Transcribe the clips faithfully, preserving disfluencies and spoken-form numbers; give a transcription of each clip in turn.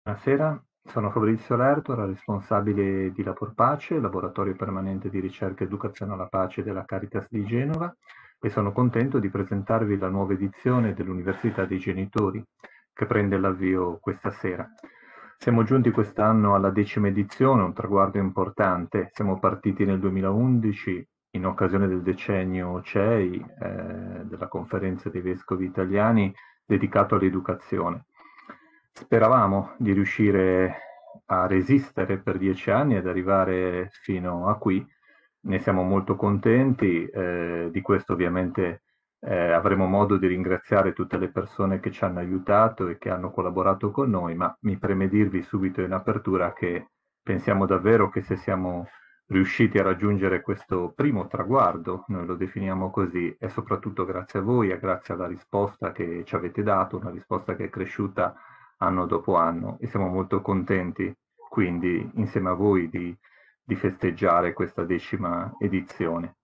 Buonasera, sono Fabrizio Lertora, responsabile di Labor Pace, laboratorio permanente di ricerca e educazione alla pace della Caritas di Genova, e sono contento di presentarvi la nuova edizione dell'Università dei Genitori, che prende l'avvio questa sera. Siamo giunti quest'anno alla decima edizione, un traguardo importante. Siamo partiti nel duemilaundici in occasione del decennio C E I, eh, della Conferenza dei Vescovi Italiani, dedicato all'educazione. Speravamo di riuscire a resistere per dieci anni ed arrivare fino a qui. Ne siamo molto contenti, eh, di questo ovviamente eh, avremo modo di ringraziare tutte le persone che ci hanno aiutato e che hanno collaborato con noi, ma mi preme dirvi subito in apertura che pensiamo davvero che se siamo riusciti a raggiungere questo primo traguardo, noi lo definiamo così, è soprattutto grazie a voi e grazie alla risposta che ci avete dato, una risposta che è cresciuta anno dopo anno, e siamo molto contenti quindi insieme a voi di, di festeggiare questa decima edizione.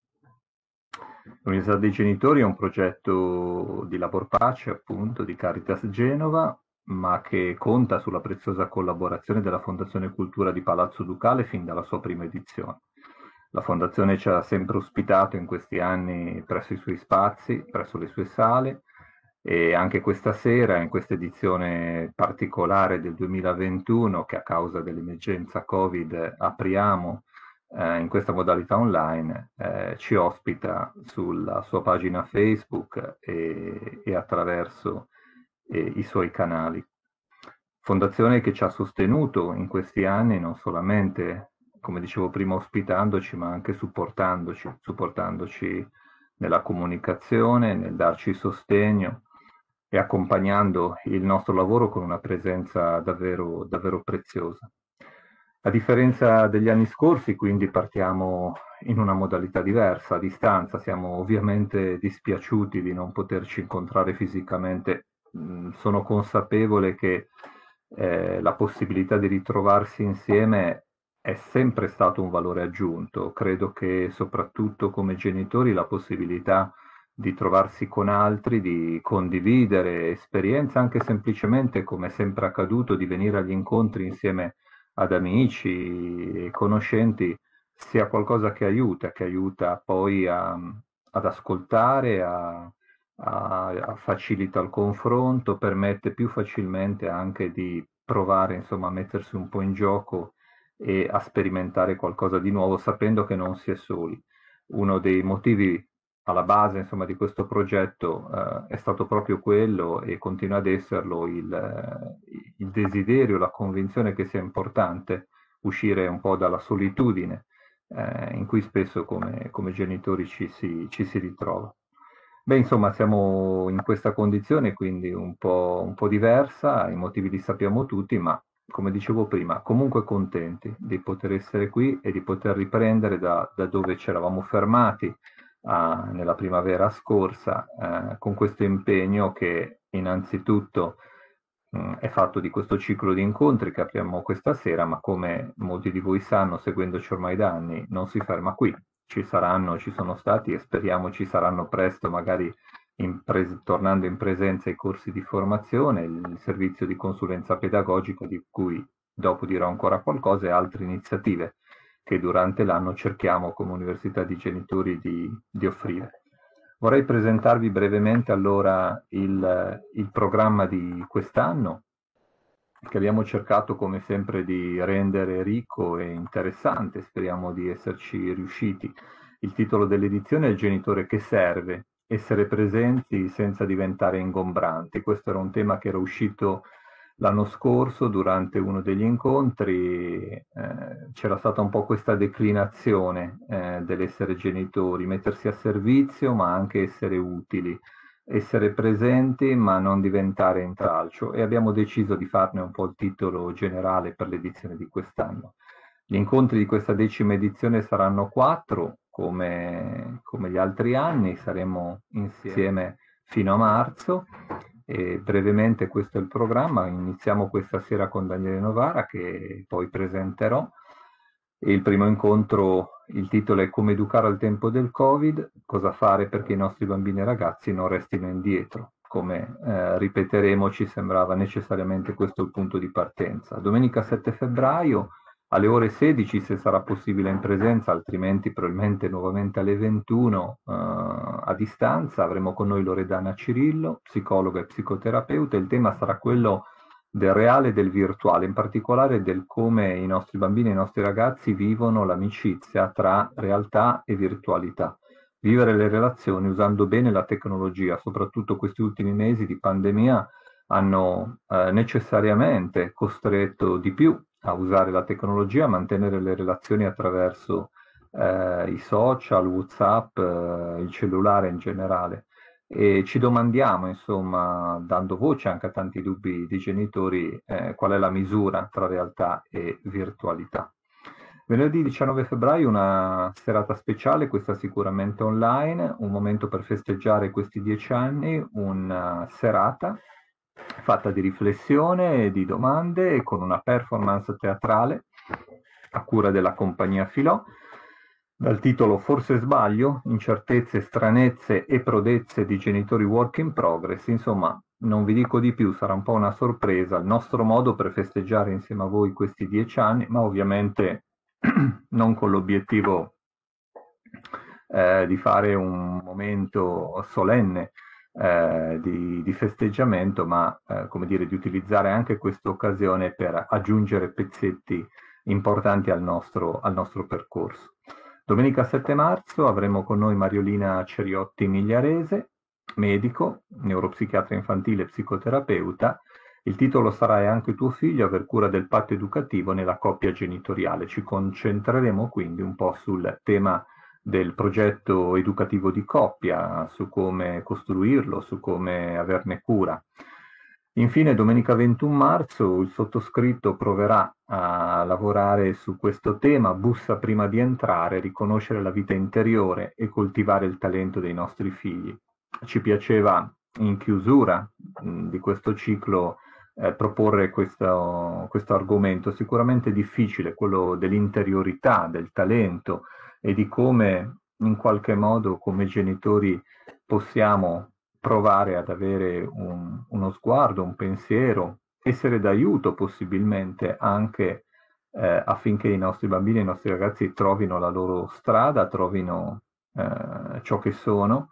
L'Università dei Genitori è un progetto di Labor Pace, appunto, di Caritas Genova, ma che conta sulla preziosa collaborazione della Fondazione Cultura di Palazzo Ducale fin dalla sua prima edizione. La Fondazione ci ha sempre ospitato in questi anni presso i suoi spazi, presso le sue sale, e anche questa sera, in questa edizione particolare del duemilaventuno, che a causa dell'emergenza Covid apriamo eh, in questa modalità online, eh, ci ospita sulla sua pagina Facebook e, e attraverso eh, i suoi canali. Fondazione che ci ha sostenuto in questi anni non solamente, come dicevo prima, ospitandoci, ma anche supportandoci, supportandoci nella comunicazione, nel darci sostegno e accompagnando il nostro lavoro con una presenza davvero, davvero preziosa. A differenza degli anni scorsi, quindi partiamo in una modalità diversa, a distanza. Siamo ovviamente dispiaciuti di non poterci incontrare fisicamente. Sono consapevole che eh, la possibilità di ritrovarsi insieme è sempre stato un valore aggiunto. Credo che soprattutto come genitori la possibilità di trovarsi con altri, di condividere esperienze, anche semplicemente, come è sempre accaduto, di venire agli incontri insieme ad amici e conoscenti, sia qualcosa che aiuta, che aiuta poi a, ad ascoltare, a, a, a facilita il confronto, permette più facilmente anche di provare, insomma, a mettersi un po' in gioco e a sperimentare qualcosa di nuovo, sapendo che non si è soli. Uno dei motivi alla base, insomma, di questo progetto eh, è stato proprio quello, e continua ad esserlo, il, eh, il desiderio, la convinzione che sia importante uscire un po' dalla solitudine eh, in cui spesso come, come genitori ci si, ci si ritrova. Beh, insomma, siamo in questa condizione, quindi un po', un po' diversa, i motivi li sappiamo tutti, ma come dicevo prima, comunque contenti di poter essere qui e di poter riprendere da, da dove ci eravamo fermati a, nella primavera scorsa, eh, con questo impegno che innanzitutto mh, è fatto di questo ciclo di incontri che apriamo questa sera, ma come molti di voi sanno, seguendoci ormai da anni, non si ferma qui. Ci saranno, ci sono stati e speriamo ci saranno presto, magari in pres- tornando in presenza ai corsi di formazione, il servizio di consulenza pedagogica di cui dopo dirò ancora qualcosa, e altre iniziative che durante l'anno cerchiamo come Università di Genitori di, di offrire. Vorrei presentarvi brevemente allora il, il programma di quest'anno, che abbiamo cercato come sempre di rendere ricco e interessante, speriamo di esserci riusciti. Il titolo dell'edizione è Il genitore che serve, essere presenti senza diventare ingombranti. Questo era un tema che era uscito l'anno scorso durante uno degli incontri. Eh, c'era stata un po' questa declinazione eh, dell'essere genitori, mettersi a servizio ma anche essere utili, essere presenti ma non diventare intralcio, e abbiamo deciso di farne un po' il titolo generale per l'edizione di quest'anno. Gli incontri di questa decima edizione saranno quattro, come, come gli altri anni, saremo insieme fino a marzo. E brevemente questo è il programma. Iniziamo questa sera con Daniele Novara, che poi presenterò. E il primo incontro, il titolo è Come educare al tempo del Covid, cosa fare perché i nostri bambini e ragazzi non restino indietro. come eh, ripeteremo, ci sembrava necessariamente questo il punto di partenza. Domenica sette febbraio alle ore sedici, se sarà possibile in presenza, altrimenti probabilmente nuovamente alle ventuno eh, a distanza, avremo con noi Loredana Cirillo, psicologa e psicoterapeuta. Il tema sarà quello del reale e del virtuale, in particolare del come i nostri bambini e i nostri ragazzi vivono l'amicizia tra realtà e virtualità. Vivere le relazioni usando bene la tecnologia, soprattutto questi ultimi mesi di pandemia hanno eh, necessariamente costretto di più a usare la tecnologia, a mantenere le relazioni attraverso eh, i social, WhatsApp, eh, il cellulare in generale. E ci domandiamo, insomma, dando voce anche a tanti dubbi di genitori, eh, qual è la misura tra realtà e virtualità. Venerdì diciannove febbraio una serata speciale, questa sicuramente online, un momento per festeggiare questi dieci anni, una serata fatta di riflessione e di domande e con una performance teatrale a cura della compagnia Filò, dal titolo Forse sbaglio, incertezze, stranezze e prodezze di genitori work in progress. Insomma, non vi dico di più, sarà un po' una sorpresa, il nostro modo per festeggiare insieme a voi questi dieci anni, ma ovviamente non con l'obiettivo eh, di fare un momento solenne eh, di, di festeggiamento, ma eh, come dire, di utilizzare anche questa occasione per aggiungere pezzetti importanti al nostro, al nostro percorso. Domenica sette marzo avremo con noi Mariolina Ceriotti Migliarese, medico, neuropsichiatra infantile e psicoterapeuta. Il titolo sarà "E anche tuo figlio aver cura del patto educativo nella coppia genitoriale". Ci concentreremo quindi un po' sul tema del progetto educativo di coppia, su come costruirlo, su come averne cura. Infine, domenica ventuno marzo, il sottoscritto proverà a lavorare su questo tema, bussa prima di entrare, riconoscere la vita interiore e coltivare il talento dei nostri figli. Ci piaceva in chiusura mh, di questo ciclo eh, proporre questo, questo argomento sicuramente difficile, quello dell'interiorità, del talento e di come in qualche modo come genitori possiamo provare ad avere un, uno sguardo, un pensiero, essere d'aiuto possibilmente anche eh, affinché i nostri bambini e i nostri ragazzi trovino la loro strada, trovino eh, ciò che sono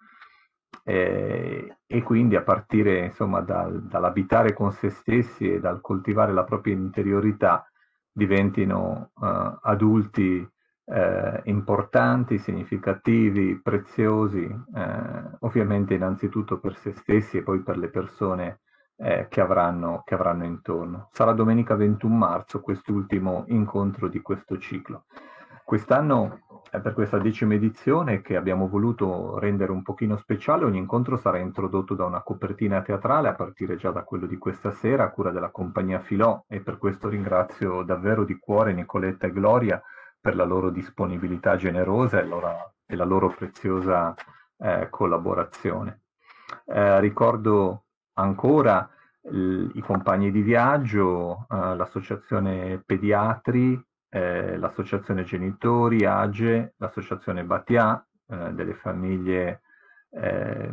eh, e quindi a partire insomma dal, dall'abitare con se stessi e dal coltivare la propria interiorità diventino eh, adulti eh, importanti, significativi, preziosi, eh, ovviamente innanzitutto per se stessi e poi per le persone eh, che, avranno, che avranno intorno. Sarà domenica ventuno marzo quest'ultimo incontro di questo ciclo. Quest'anno, eh, per questa decima edizione che abbiamo voluto rendere un pochino speciale, ogni incontro sarà introdotto da una copertina teatrale a partire già da quello di questa sera a cura della compagnia Filò, e per questo ringrazio davvero di cuore Nicoletta e Gloria per la loro disponibilità generosa e, loro, e la loro preziosa eh, collaborazione. Eh, ricordo ancora l- i compagni di viaggio, eh, l'associazione pediatri, eh, l'associazione genitori, A G E, l'associazione Batia, eh, delle famiglie eh,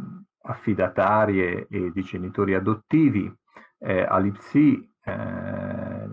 affidatarie e di genitori adottivi, eh, Alipsi, eh,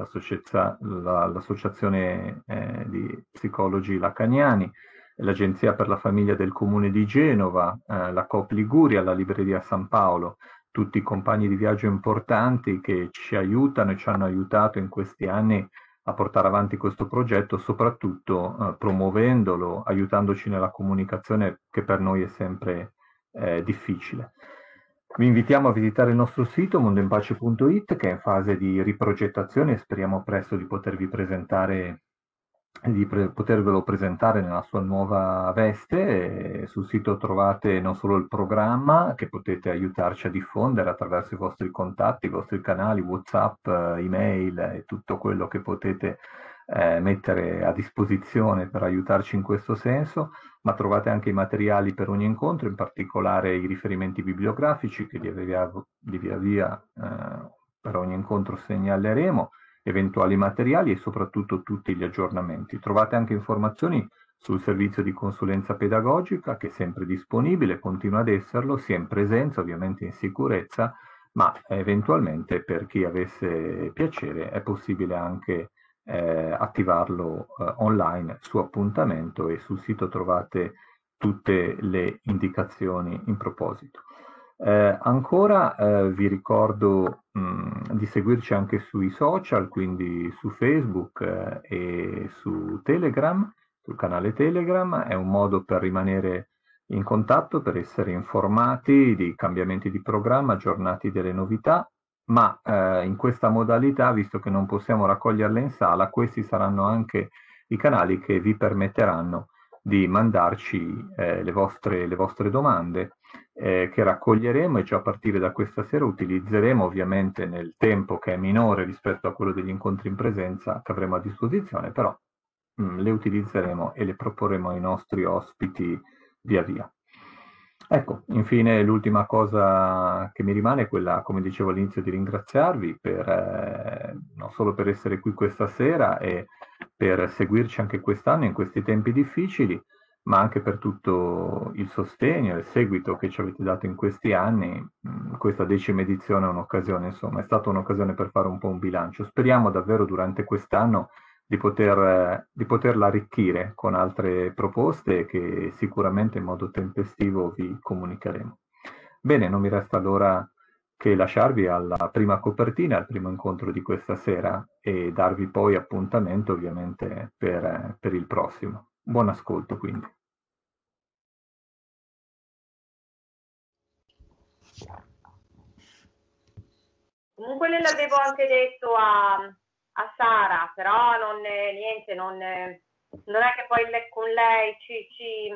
l'associazione eh, di psicologi lacaniani, l'Agenzia per la Famiglia del Comune di Genova, eh, la Coop Liguria, la Libreria San Paolo, tutti compagni di viaggio importanti che ci aiutano e ci hanno aiutato in questi anni a portare avanti questo progetto, soprattutto eh, promuovendolo, aiutandoci nella comunicazione che per noi è sempre eh, difficile. Vi invitiamo a visitare il nostro sito mondoinpace punto it, che è in fase di riprogettazione e speriamo presto di potervi presentare di pre- potervelo presentare nella sua nuova veste. E sul sito trovate non solo il programma che potete aiutarci a diffondere attraverso i vostri contatti, i vostri canali, WhatsApp, email e tutto quello che potete eh, mettere a disposizione per aiutarci in questo senso, ma trovate anche i materiali per ogni incontro, in particolare i riferimenti bibliografici che di via di via, via eh, per ogni incontro segnaleremo, eventuali materiali e soprattutto tutti gli aggiornamenti. Trovate anche informazioni sul servizio di consulenza pedagogica, che è sempre disponibile, continua ad esserlo, sia in presenza, ovviamente in sicurezza, ma eventualmente per chi avesse piacere è possibile anche eh, attivarlo eh, online su appuntamento, e sul sito trovate tutte le indicazioni in proposito. Eh, ancora eh, vi ricordo mh, di seguirci anche sui social, quindi su Facebook eh, e su Telegram, sul canale Telegram. È un modo per rimanere in contatto, per essere informati di cambiamenti di programma, aggiornati delle novità, ma eh, in questa modalità, visto che non possiamo raccoglierle in sala, questi saranno anche i canali che vi permetteranno di mandarci eh, le vostre, le vostre domande, eh, che raccoglieremo e già a partire da questa sera utilizzeremo, ovviamente nel tempo che è minore rispetto a quello degli incontri in presenza che avremo a disposizione, però mh, le utilizzeremo e le proporremo ai nostri ospiti via via. Ecco, infine l'ultima cosa che mi rimane è quella, come dicevo all'inizio, di ringraziarvi per, eh, non solo per essere qui questa sera e per seguirci anche quest'anno in questi tempi difficili, ma anche per tutto il sostegno e il seguito che ci avete dato in questi anni. Mm, Questa decima edizione è un'occasione, insomma, è stata un'occasione per fare un po' un bilancio. Speriamo davvero durante quest'anno di poter, eh, di poterla arricchire con altre proposte che sicuramente in modo tempestivo vi comunicheremo. Bene, non mi resta allora che lasciarvi alla prima copertina, al primo incontro di questa sera, e darvi poi appuntamento ovviamente per, eh, per il prossimo. Buon ascolto quindi. Comunque l'avevo anche detto a, a Sara, però non è, niente, non è, non è che poi le, con lei ci, ci,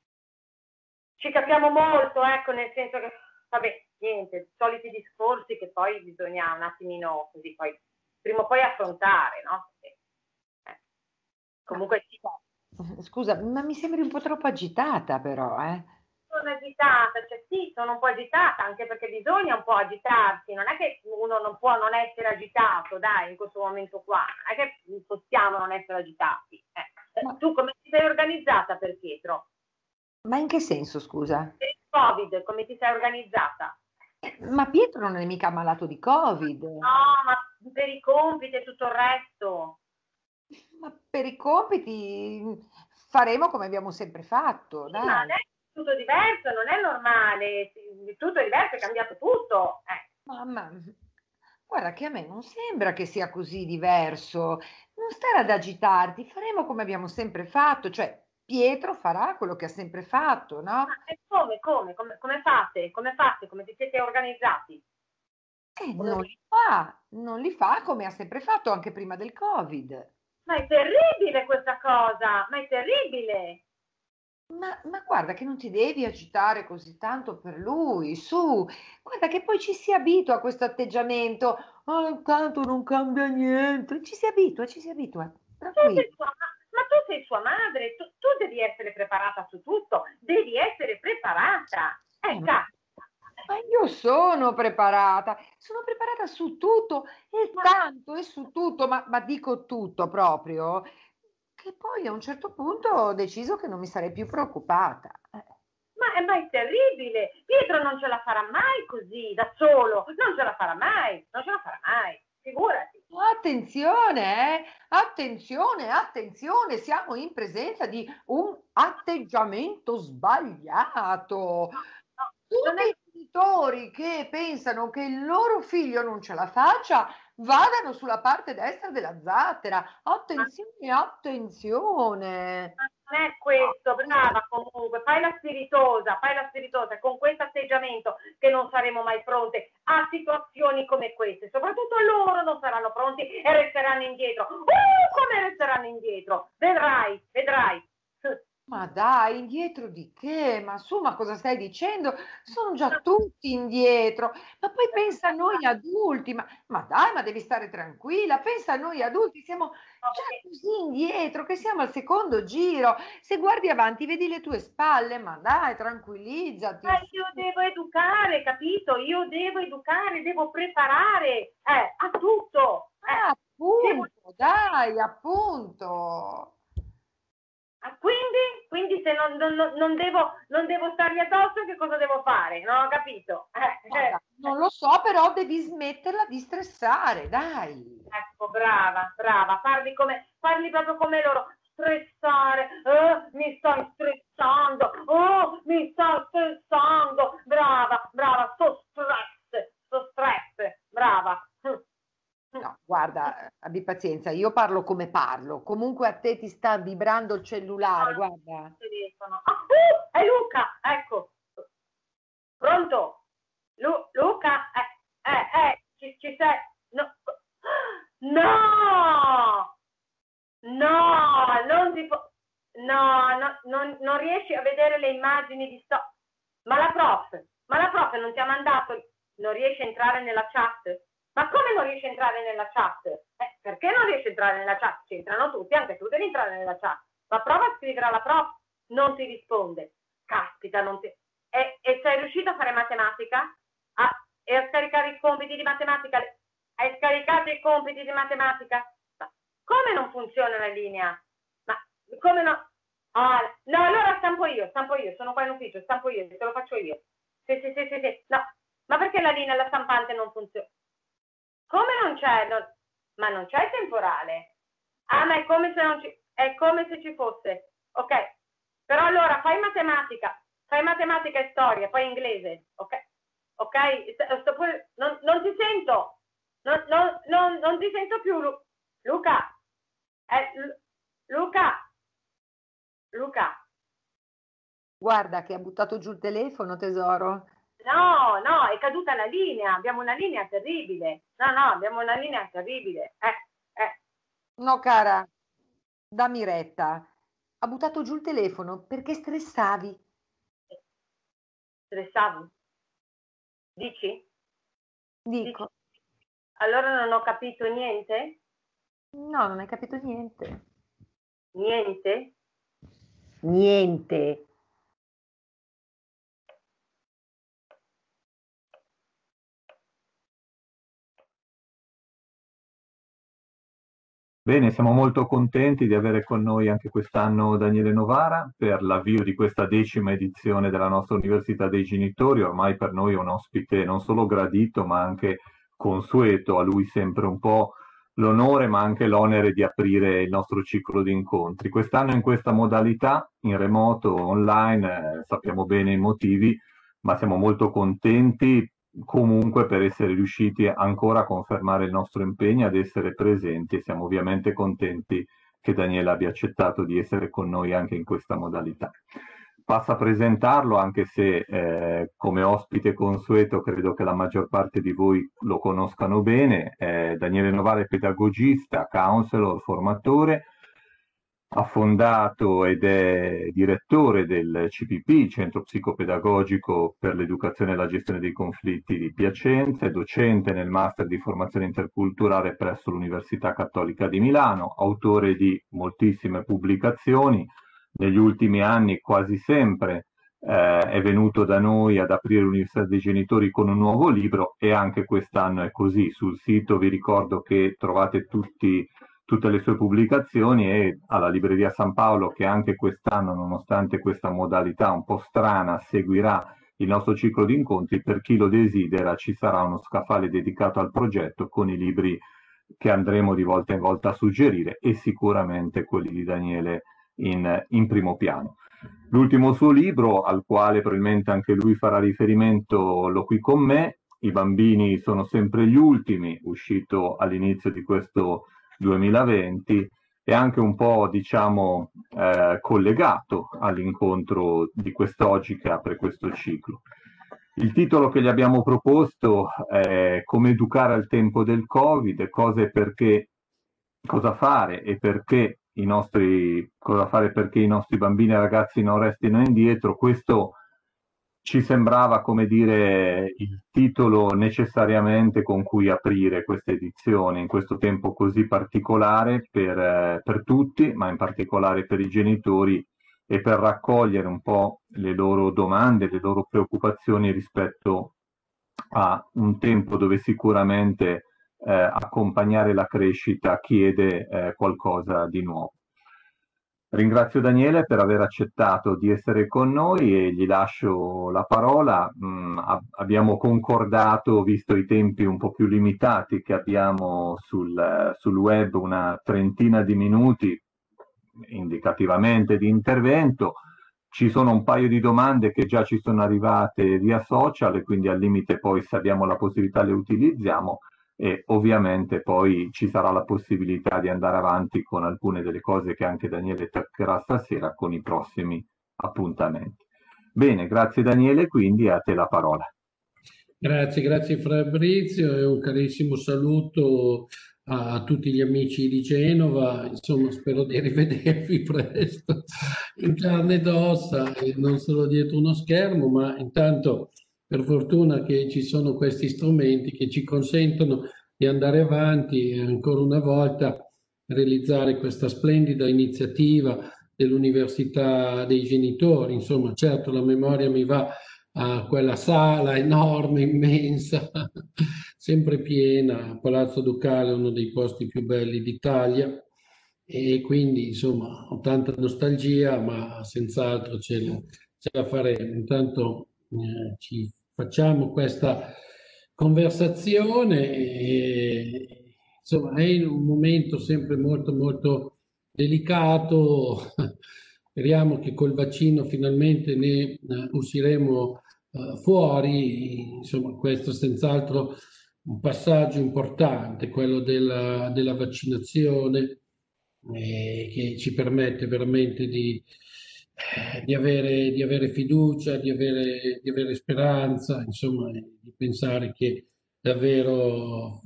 ci capiamo molto, ecco, nel senso che, vabbè, niente, soliti discorsi che poi bisogna un attimino così, poi prima o poi affrontare, no? Eh, comunque sì. Scusa, ma mi sembri un po' troppo agitata però, eh? Sono agitata, cioè sì, sono un po' agitata, anche perché bisogna un po' agitarsi, non è che uno non può non essere agitato, dai, in questo momento qua, non è che possiamo non essere agitati. Eh. Ma, Tu come ti sei organizzata per Pietro? ma in che senso, scusa? Per il Covid, come ti sei organizzata? Eh, Ma Pietro non è mica malato di Covid. No, ma per i compiti e tutto il resto. Ma per i compiti faremo come abbiamo sempre fatto, Sì, ma dai. adesso è tutto diverso, non è normale, tutto è diverso, è cambiato tutto. Eh. Mamma, guarda che a me non sembra che sia così diverso. Non stare ad agitarti, faremo come abbiamo sempre fatto, cioè Pietro farà quello che ha sempre fatto, Ma no? e come, come, come, come fate? Come fate? Come vi siete organizzati? E Come non li fa, non li fa come ha sempre fatto anche prima del Covid. Ma è terribile questa cosa, ma è terribile. Ma, ma guarda che non ti devi agitare così tanto per lui, su, guarda che poi ci si abitua a questo atteggiamento. "Ah, tanto non cambia niente, ci si abitua, ci si abitua, Tu sei tranquillo. sua, ma, ma tu sei sua madre, tu, tu devi essere preparata su tutto, devi essere preparata. Eh, ma, Ecco, ma io sono preparata, sono preparata su tutto e ma, tanto e su tutto, ma, ma dico tutto proprio, che poi a un certo punto ho deciso che non mi sarei più preoccupata. Eh. ma, ma è terribile. Pietro non ce la farà mai così, da solo, non ce la farà mai, non ce la farà mai, figurati. Attenzione, eh? Attenzione, attenzione, siamo in presenza di un atteggiamento sbagliato. No, no, non Tutti è. i genitori che pensano che il loro figlio non ce la faccia, vadano sulla parte destra della zattera. Ma Attenzione, attenzione. Ma non è questo, brava comunque, fai la spiritosa, fai la spiritosa, è con questo atteggiamento che non saremo mai pronte a situazioni come queste, soprattutto loro non saranno pronti e resteranno indietro. Uh, come resteranno indietro? Vedrai, vedrai. Ma dai, indietro di che? Ma su, ma cosa stai dicendo? Sono già tutti indietro. Ma poi pensa a noi adulti, ma, ma dai, ma devi stare tranquilla. Pensa a noi adulti, siamo No, già perché così indietro che siamo al secondo giro. Se guardi avanti, vedi le tue spalle, ma dai, tranquillizzati. ma Su. io devo educare, capito? Io devo educare, devo preparare eh, a tutto. Eh, Ah, devo appunto, dai, appunto. Quindi quindi se non, non, non, devo, non devo stargli addosso, che cosa devo fare? Non ho capito. Eh, Guarda, non lo so, però devi smetterla di stressare, dai. Ecco, brava, brava, parli, come, parli proprio come loro. Stressare, eh, mi stai stressando, oh, mi stai stressando, brava, brava, sto stress, sto stress, brava. No, guarda, abbi pazienza, io parlo come parlo. Comunque a te ti sta vibrando il cellulare, guarda. Telefono. Ah, uh, è Luca, ecco. Pronto? Lu Luca? Eh, eh, eh, ci, ci sei? No! No! No, non ti può... No, no, non, non riesci a vedere le immagini di sto... Ma la prof, ma la prof non ti ha mandato... Non riesci a entrare nella chat? Ma come non riesci a entrare nella chat? Eh, perché non riesci a entrare nella chat? Ci entrano tutti, anche tu devi entrare nella chat. Ma prova a scrivere alla prof, non ti risponde. Caspita, non ti... E, e sei riuscito a fare matematica? A, e a scaricare i compiti di matematica? Hai scaricato i compiti di matematica? Ma come non funziona la linea? Ma come no? Ah, no, allora stampo io, stampo io, sono qua in ufficio, stampo io, te lo faccio io. Sì, sì, sì, sì, sì. No, ma perché la linea, la stampante non funziona? Come non c'è? Non... Ma non c'è il temporale? Ah, ma è come se non ci... È come se ci fosse. Ok. Però allora fai matematica, fai matematica e storia, poi inglese, ok? Ok? Sto pure... non, non ti sento. Non, non, non, non ti sento più, Lu... Luca. Eh, Lu... Luca. Luca. Guarda che ha buttato giù il telefono, tesoro. No, no, è caduta la linea, abbiamo una linea terribile. No, no, abbiamo una linea terribile. Eh, eh. No, cara, dammi retta. Ha buttato giù il telefono perché stressavi. Stressavo? Dici? Dici? Dico, Allora non ho capito niente? no, non hai capito niente. Niente? Niente. Bene, siamo molto contenti di avere con noi anche quest'anno Daniele Novara per l'avvio di questa decima edizione della nostra Università dei Genitori. Ormai per noi è un ospite non solo gradito ma anche consueto, a lui sempre un po' l'onore ma anche l'onere di aprire il nostro ciclo di incontri. Quest'anno in questa modalità, in remoto, online, eh, sappiamo bene i motivi, ma siamo molto contenti comunque per essere riusciti ancora a confermare il nostro impegno ad essere presenti e siamo ovviamente contenti che Daniela abbia accettato di essere con noi anche in questa modalità. Passo a presentarlo anche se eh, come ospite consueto credo che la maggior parte di voi lo conoscano bene. Eh, Daniele Novara è pedagogista, counselor, formatore, ha fondato ed è direttore del C P P, Centro Psicopedagogico per l'Educazione e la Gestione dei Conflitti di Piacenza, è docente nel Master di Formazione Interculturale presso l'Università Cattolica di Milano, autore di moltissime pubblicazioni, negli ultimi anni quasi sempre eh, è venuto da noi ad aprire l'Università dei Genitori con un nuovo libro e anche quest'anno è così. Sul sito vi ricordo che trovate tutti tutte le sue pubblicazioni e alla Libreria San Paolo che anche quest'anno, nonostante questa modalità un po' strana, seguirà il nostro ciclo di incontri. Per chi lo desidera ci sarà uno scaffale dedicato al progetto con i libri che andremo di volta in volta a suggerire e sicuramente quelli di Daniele in, in primo piano. L'ultimo suo libro, al quale probabilmente anche lui farà riferimento, L'ho qui con me, I bambini sono sempre gli ultimi, uscito all'inizio di questo duemilaventi, è anche un po', diciamo, eh, collegato all'incontro di quest'oggi che apre questo ciclo. Il titolo che gli abbiamo proposto è Come educare al tempo del Covid, cosa e perché, cosa fare e perché i nostri, cosa fare perché i nostri bambini e ragazzi non restino indietro. Questo ci sembrava, come dire, il titolo necessariamente con cui aprire questa edizione in questo tempo così particolare per, eh, per tutti, ma in particolare per i genitori e per raccogliere un po' le loro domande, le loro preoccupazioni rispetto a un tempo dove sicuramente eh, accompagnare la crescita chiede eh, qualcosa di nuovo. Ringrazio Daniele per aver accettato di essere con noi e gli lascio la parola. Mm, ab- abbiamo concordato, visto i tempi un po' più limitati che abbiamo sul, sul web, una trentina di minuti indicativamente di intervento. Ci sono un paio di domande che già ci sono arrivate via social e quindi al limite poi se abbiamo la possibilità le utilizziamo e ovviamente poi ci sarà la possibilità di andare avanti con alcune delle cose che anche Daniele toccherà stasera con i prossimi appuntamenti. Bene, grazie Daniele, quindi a te la parola. Grazie, grazie Fabrizio e un carissimo saluto a, a tutti gli amici di Genova. Insomma, spero di rivedervi presto in carne ed ossa e non solo dietro uno schermo, ma intanto per fortuna che ci sono questi strumenti che ci consentono di andare avanti e ancora una volta realizzare questa splendida iniziativa dell'Università dei Genitori. Insomma, certo la memoria mi va a quella sala enorme, immensa, sempre piena, Palazzo Ducale, uno dei posti più belli d'Italia, e quindi insomma ho tanta nostalgia, ma senz'altro ce la, ce la faremo. Intanto eh, ci facciamo questa conversazione e insomma è in un momento sempre molto molto delicato. Speriamo che col vaccino finalmente ne eh, usciremo eh, fuori. Insomma, questo è senz'altro un passaggio importante, quello della, della vaccinazione, eh, che ci permette veramente di, eh, di avere, di avere fiducia, di avere, di avere speranza, insomma, e di pensare che davvero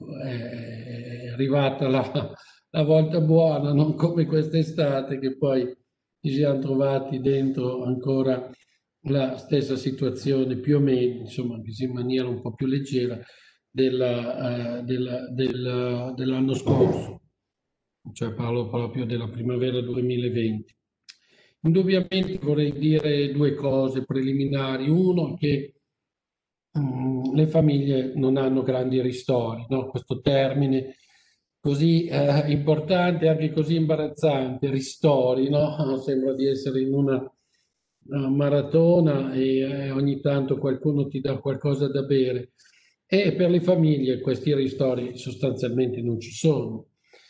è arrivata la, la volta buona, non come quest'estate che poi ci siamo trovati dentro ancora la stessa situazione, più o meno, insomma, anche se in maniera un po' più leggera, della, eh, della- della- dell'anno scorso, cioè parlo proprio della primavera duemilaventi. Indubbiamente vorrei dire due cose preliminari. Uno, che mm, le famiglie non hanno grandi ristori, no? Questo termine così eh, importante e anche così imbarazzante, ristori, no? Sembra di essere in una eh, maratona e eh, ogni tanto qualcuno ti dà qualcosa da bere. E per le famiglie questi ristori sostanzialmente non ci sono.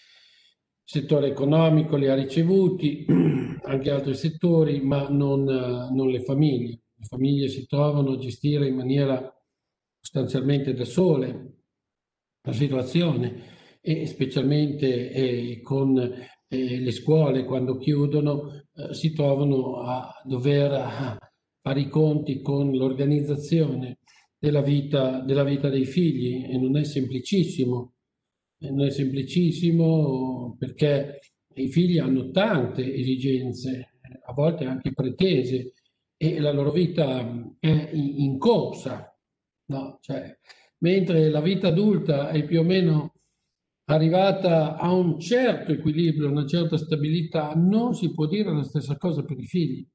Il settore economico li ha ricevuti, anche altri settori, ma non, eh, non le famiglie. Le famiglie si trovano a gestire in maniera sostanzialmente da sole la situazione e specialmente eh, con eh, le scuole quando chiudono eh, si trovano a dover ah, fare i conti con l'organizzazione della vita, della vita dei figli e non è semplicissimo. E non è semplicissimo perché i figli hanno tante esigenze, a volte anche pretese, e la loro vita è in, in corsa, no? Cioè, mentre la vita adulta è più o meno arrivata a un certo equilibrio, una certa stabilità, non si può dire la stessa cosa per i figli. I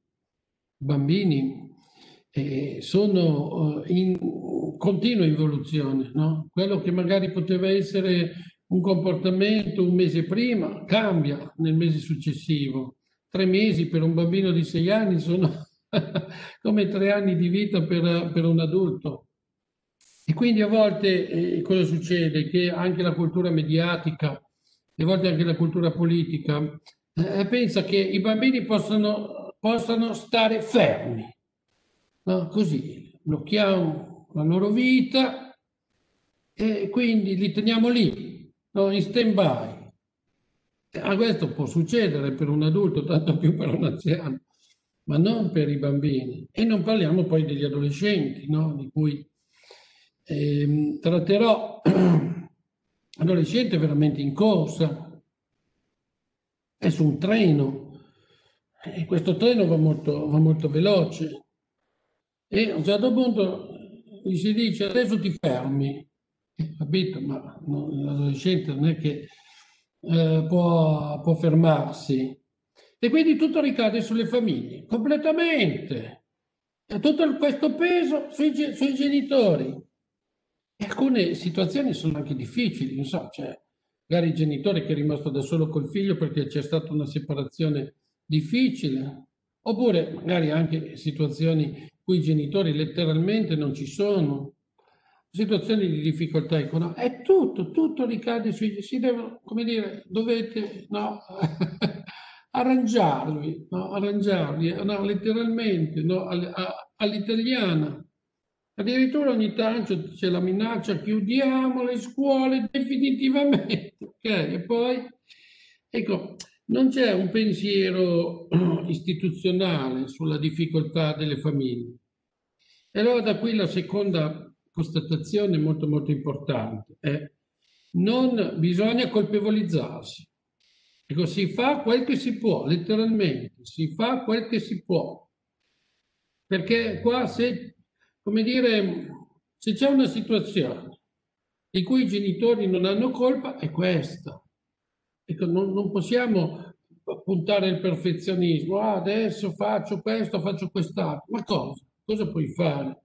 bambini eh, sono eh, in continua evoluzione, no? Quello che magari poteva essere un comportamento un mese prima cambia nel mese successivo. Tre mesi per un bambino di sei anni sono come tre anni di vita per, per un adulto. E quindi a volte eh, cosa succede? Che anche la cultura mediatica, a volte anche la cultura politica, eh, pensa che i bambini possano, possano stare fermi, no? Così blocchiamo la loro vita e quindi li teniamo lì, no? In stand-by. Ah, questo può succedere per un adulto, tanto più per un anziano, ma non per i bambini. E non parliamo poi degli adolescenti, no? Di cui ehm, tratterò. Adolescente veramente in corsa, è su un treno e questo treno va molto, va molto veloce e a un certo punto gli si dice adesso ti fermi, capito? Ma no, l'adolescente non è che eh, può, può fermarsi e quindi tutto ricade sulle famiglie, completamente. E tutto questo peso sui, sui genitori. E alcune situazioni sono anche difficili, non so, cioè, magari il genitore che è rimasto da solo col figlio perché c'è stata una separazione difficile, oppure magari anche situazioni in cui i genitori letteralmente non ci sono, situazioni di difficoltà economica, è tutto, tutto ricade sui figli, si devono, come dire, dovete, no, arrangiarvi, no, arrangiarvi, no, letteralmente, no, all'italiana. Addirittura ogni tanto c'è la minaccia, chiudiamo le scuole definitivamente, ok? E poi, ecco, non c'è un pensiero istituzionale sulla difficoltà delle famiglie. E allora da qui la seconda constatazione molto molto importante è: non bisogna colpevolizzarsi. Ecco, si fa quel che si può, letteralmente, si fa quel che si può. Perché qua se, come dire, se c'è una situazione di cui i genitori non hanno colpa, è questa. Ecco, non, non possiamo puntare al perfezionismo. Ah, adesso faccio questo, faccio quest'altro. Ma cosa? Cosa puoi fare?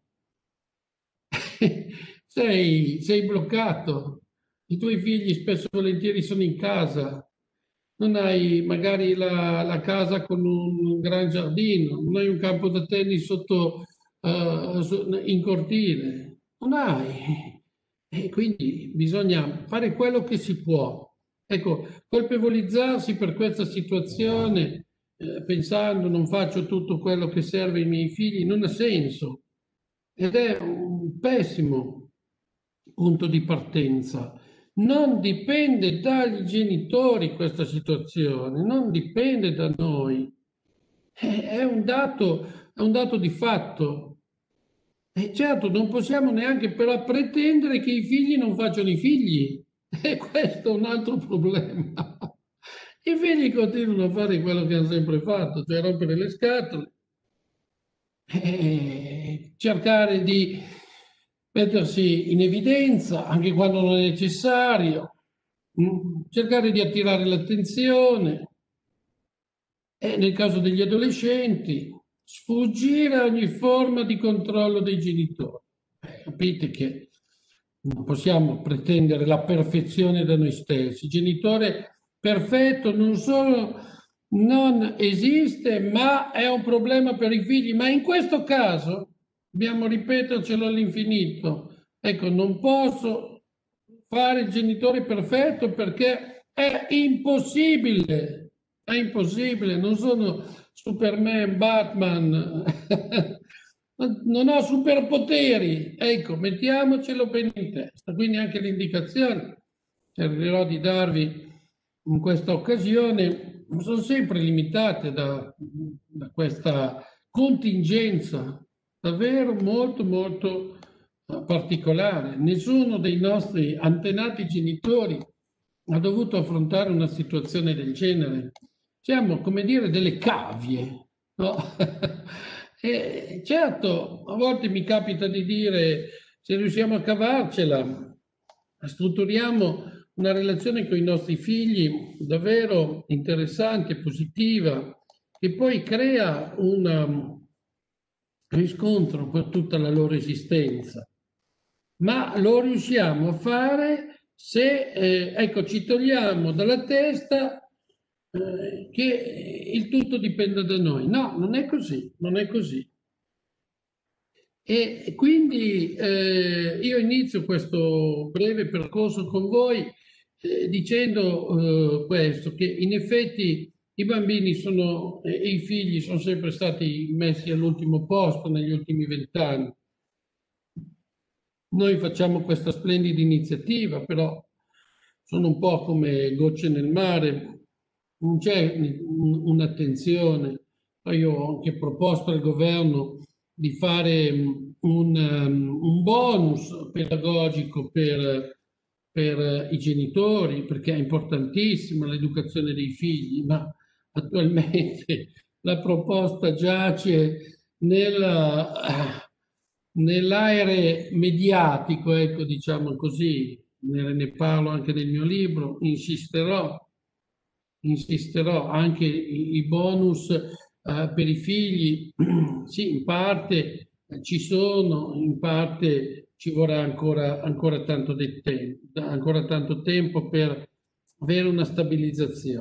sei, sei bloccato. I tuoi figli spesso e volentieri sono in casa. Non hai magari la, la casa con un gran giardino, non hai un campo da tennis sotto, uh, in cortile. Non hai. E quindi bisogna fare quello che si può. Ecco, colpevolizzarsi per questa situazione, eh, pensando non faccio tutto quello che serve ai miei figli, non ha senso. Ed è un pessimo punto di partenza. Non dipende dai genitori questa situazione, non dipende da noi. È un dato, è un dato di fatto. E certo, non possiamo neanche però pretendere che i figli non facciano i figli. E questo è un altro problema. I figli continuano a fare quello che hanno sempre fatto, cioè rompere le scatole, e cercare di mettersi in evidenza anche quando non è necessario, cercare di attirare l'attenzione e, nel caso degli adolescenti, sfuggire a ogni forma di controllo dei genitori. Eh, capite che non possiamo pretendere la perfezione da noi stessi. Il genitore perfetto non solo non esiste, ma è un problema per i figli. Ma in questo caso dobbiamo ripetercelo all'infinito. Ecco, non posso fare il genitore perfetto perché è impossibile. È impossibile. Non sono Superman, Batman. Non ho superpoteri. Ecco, mettiamocelo bene in testa. Quindi anche le indicazioni cercherò di darvi in questa occasione sono sempre limitate da, da questa contingenza davvero molto molto particolare. Nessuno dei nostri antenati genitori ha dovuto affrontare una situazione del genere. Siamo, come dire, delle cavie, no? E certo, a volte mi capita di dire, se riusciamo a cavarcela, strutturiamo una relazione con i nostri figli davvero interessante, positiva, che poi crea un riscontro per tutta la loro esistenza. Ma lo riusciamo a fare se, eh, ecco, ci togliamo dalla testa eh, che il tutto dipenda da noi. No, non è così, non è così. E quindi eh, io inizio questo breve percorso con voi eh, dicendo eh, questo, che in effetti i bambini sono, e i figli sono sempre stati messi all'ultimo posto negli ultimi vent'anni. Noi facciamo questa splendida iniziativa, però sono un po' come gocce nel mare, non c'è un'attenzione. Io ho anche proposto al governo di fare un, un bonus pedagogico per, per i genitori, perché è importantissima l'educazione dei figli, ma attualmente la proposta giace nella, nell'aere mediatico, ecco, diciamo così, ne, ne parlo anche nel mio libro, insisterò, insisterò anche i, i bonus Uh, per i figli, sì, in parte ci sono, in parte ci vorrà ancora, ancora, tanto, tempo, ancora tanto tempo per avere una stabilizzazione.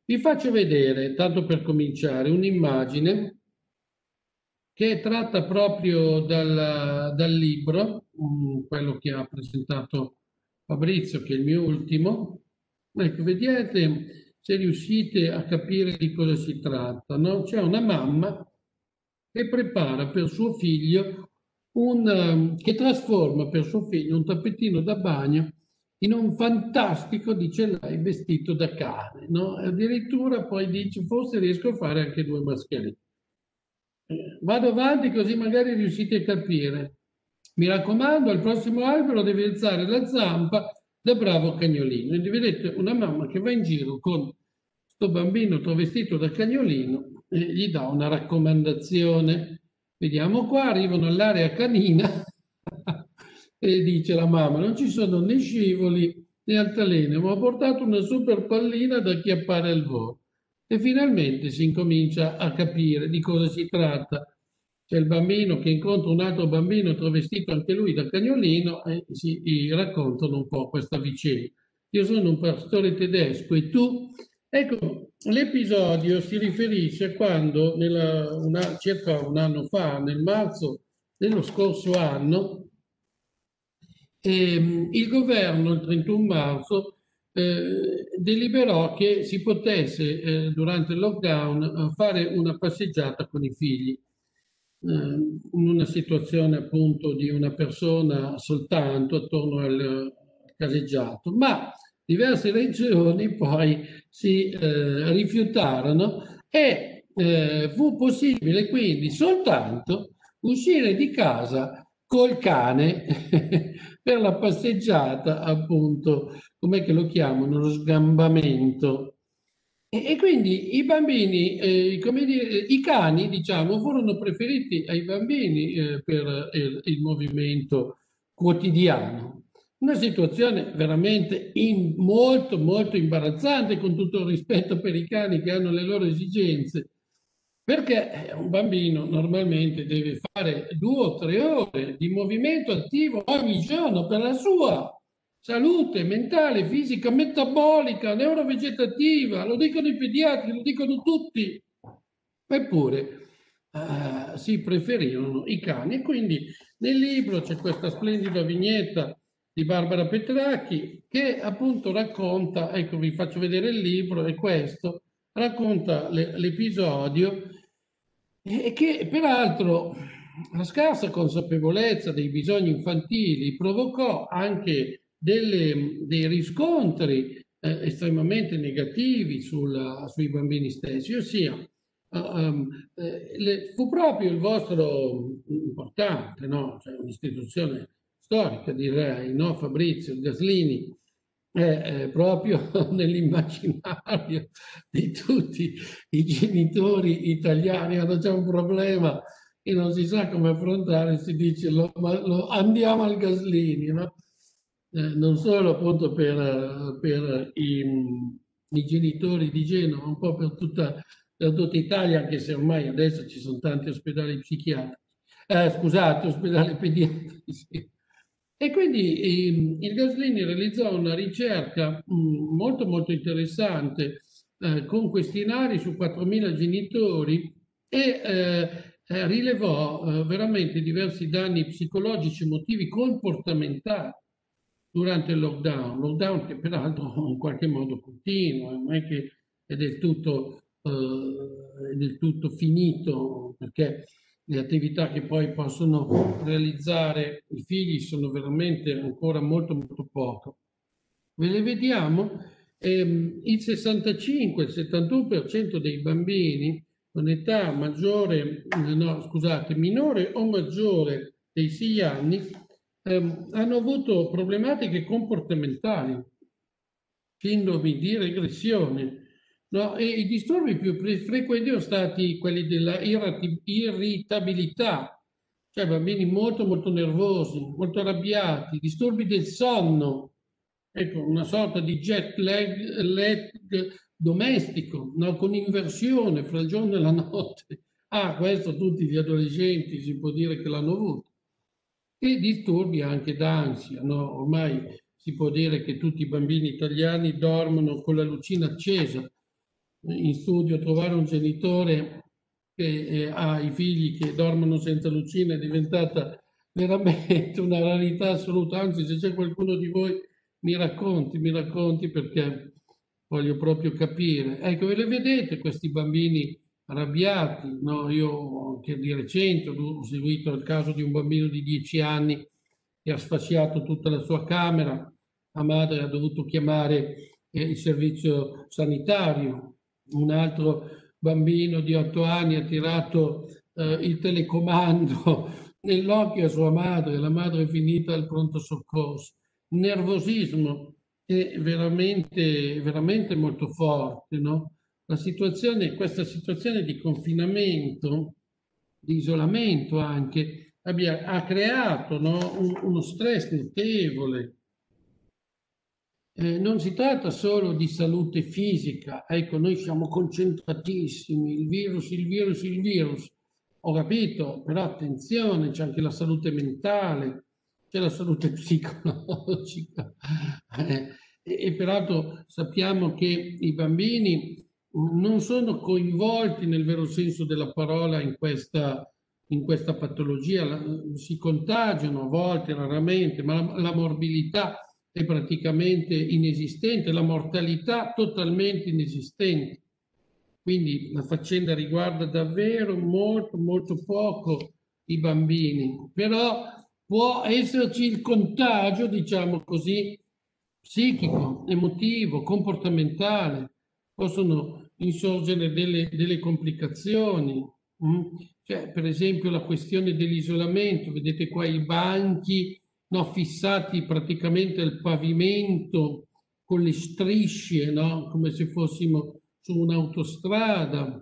Vi faccio vedere, tanto per cominciare, un'immagine che è tratta proprio dal, dal libro, um, quello che ha presentato Fabrizio, che è il mio ultimo. Ecco, vedete se riuscite a capire di cosa si tratta, no? C'è una mamma che prepara per suo figlio un, um, che trasforma per suo figlio un tappetino da bagno in un fantastico, dice lei, vestito da cane, no? E addirittura poi dice, forse riesco a fare anche due mascherine. Vado avanti così magari riuscite a capire. Mi raccomando, al prossimo albero devi alzare la zampa da bravo cagnolino. E vedete una mamma che va in giro con questo bambino travestito da cagnolino e gli dà una raccomandazione. Vediamo qua, arrivano all'area canina e dice la mamma, non ci sono né scivoli né altalene, ma ho portato una super pallina da chiappare al volo. E finalmente si incomincia a capire di cosa si tratta. C'è il bambino che incontra un altro bambino travestito anche lui da cagnolino e si raccontano un po' questa vicenda. Io sono un pastore tedesco e tu? Ecco, l'episodio si riferisce a quando, nella, una, circa un anno fa, nel marzo dello scorso anno, ehm, il governo, il trentuno marzo, eh, deliberò che si potesse, eh, durante il lockdown, fare una passeggiata con i figli, eh, in una situazione appunto di una persona soltanto attorno al caseggiato, ma diverse regioni poi si eh, rifiutarono e eh, fu possibile quindi soltanto uscire di casa col cane per la passeggiata, appunto, com'è che lo chiamano? Lo sgambamento. E, e quindi i bambini, eh, come dire, i cani, diciamo, furono preferiti ai bambini eh, per il, il movimento quotidiano. Una situazione veramente in, molto, molto imbarazzante, con tutto il rispetto per i cani che hanno le loro esigenze, perché un bambino normalmente deve fare due o tre ore di movimento attivo ogni giorno per la sua salute mentale, fisica, metabolica, neurovegetativa, lo dicono i pediatri, lo dicono tutti. Eppure eh, si preferirono i cani. E quindi nel libro c'è questa splendida vignetta di Barbara Petracchi che appunto racconta, ecco vi faccio vedere il libro, è questo, racconta l'episodio e che peraltro la scarsa consapevolezza dei bisogni infantili provocò anche delle, dei riscontri eh, estremamente negativi sulla, sui bambini stessi, ossia uh, um, eh, le, fu proprio il vostro importante, no? Cioè, un'istituzione storica direi, no? Fabrizio Gaslini, è, è proprio nell'immaginario di tutti i genitori italiani. Quando c'è un problema e non si sa come affrontare, si dice lo, lo, andiamo al Gaslini, no? Eh, non solo appunto per, per i, i genitori di Genova, un po' per tutta, per tutta Italia, anche se ormai adesso ci sono tanti ospedali psichiatrici, eh, scusate, ospedali pediatrici. E quindi eh, il Gaslini realizzò una ricerca mh, molto molto interessante eh, con questionari su quattromila genitori e eh, eh, rilevò eh, veramente diversi danni psicologici, emotivi, comportamentali durante il lockdown, lockdown che peraltro in qualche modo continua, non è che è del tutto, eh, è del tutto finito, perché le attività che poi possono realizzare i figli sono veramente ancora molto molto poco. Ve le vediamo? Ehm, il sessantacinque settantuno per cento dei bambini con età maggiore, no, scusate, minore o maggiore dei sei anni ehm, hanno avuto problematiche comportamentali, sindromi di regressione. No? E i disturbi più frequenti sono stati quelli della irritabilità, cioè bambini molto molto nervosi, molto arrabbiati, disturbi del sonno, ecco, una sorta di jet lag, lag domestico, no? Con inversione fra il giorno e la notte. Ah, questo tutti gli adolescenti si può dire che l'hanno avuto. E disturbi anche d'ansia, no? Ormai si può dire che tutti i bambini italiani dormono con la lucina accesa. in studio, trovare un genitore che eh, ha i figli che dormono senza lucina è diventata veramente una rarità assoluta. Anzi, se c'è qualcuno di voi, mi racconti, mi racconti perché voglio proprio capire. Ecco, ve le vedete questi bambini arrabbiati, no? Io anche di recente ho seguito il caso di un bambino di dieci anni che ha sfasciato tutta la sua camera, la madre ha dovuto chiamare eh, il servizio sanitario, un altro bambino di otto anni ha tirato eh, il telecomando nell'occhio a sua madre, la madre è finita al pronto soccorso. Nervosismo è veramente, veramente molto forte, no? La situazione, questa situazione di confinamento, di isolamento anche, abbia, ha creato, no, un, uno stress notevole. Eh, non si tratta solo di salute fisica, ecco, noi siamo concentratissimi, il virus, il virus, il virus. Ho capito, però attenzione, c'è anche la salute mentale, c'è la salute psicologica. Eh, e, e peraltro sappiamo che i bambini non sono coinvolti nel vero senso della parola in questa, in questa patologia, la, si contagiano a volte, raramente, ma la, la morbilità è praticamente inesistente, la mortalità totalmente inesistente. Quindi la faccenda riguarda davvero molto, molto poco i bambini, però può esserci il contagio, diciamo così, psichico, emotivo, comportamentale, possono insorgere delle, delle complicazioni. Mm? Cioè, per esempio, la questione dell'isolamento, vedete qua i banchi, no, fissati praticamente al pavimento con le strisce, no? Come se fossimo su un'autostrada.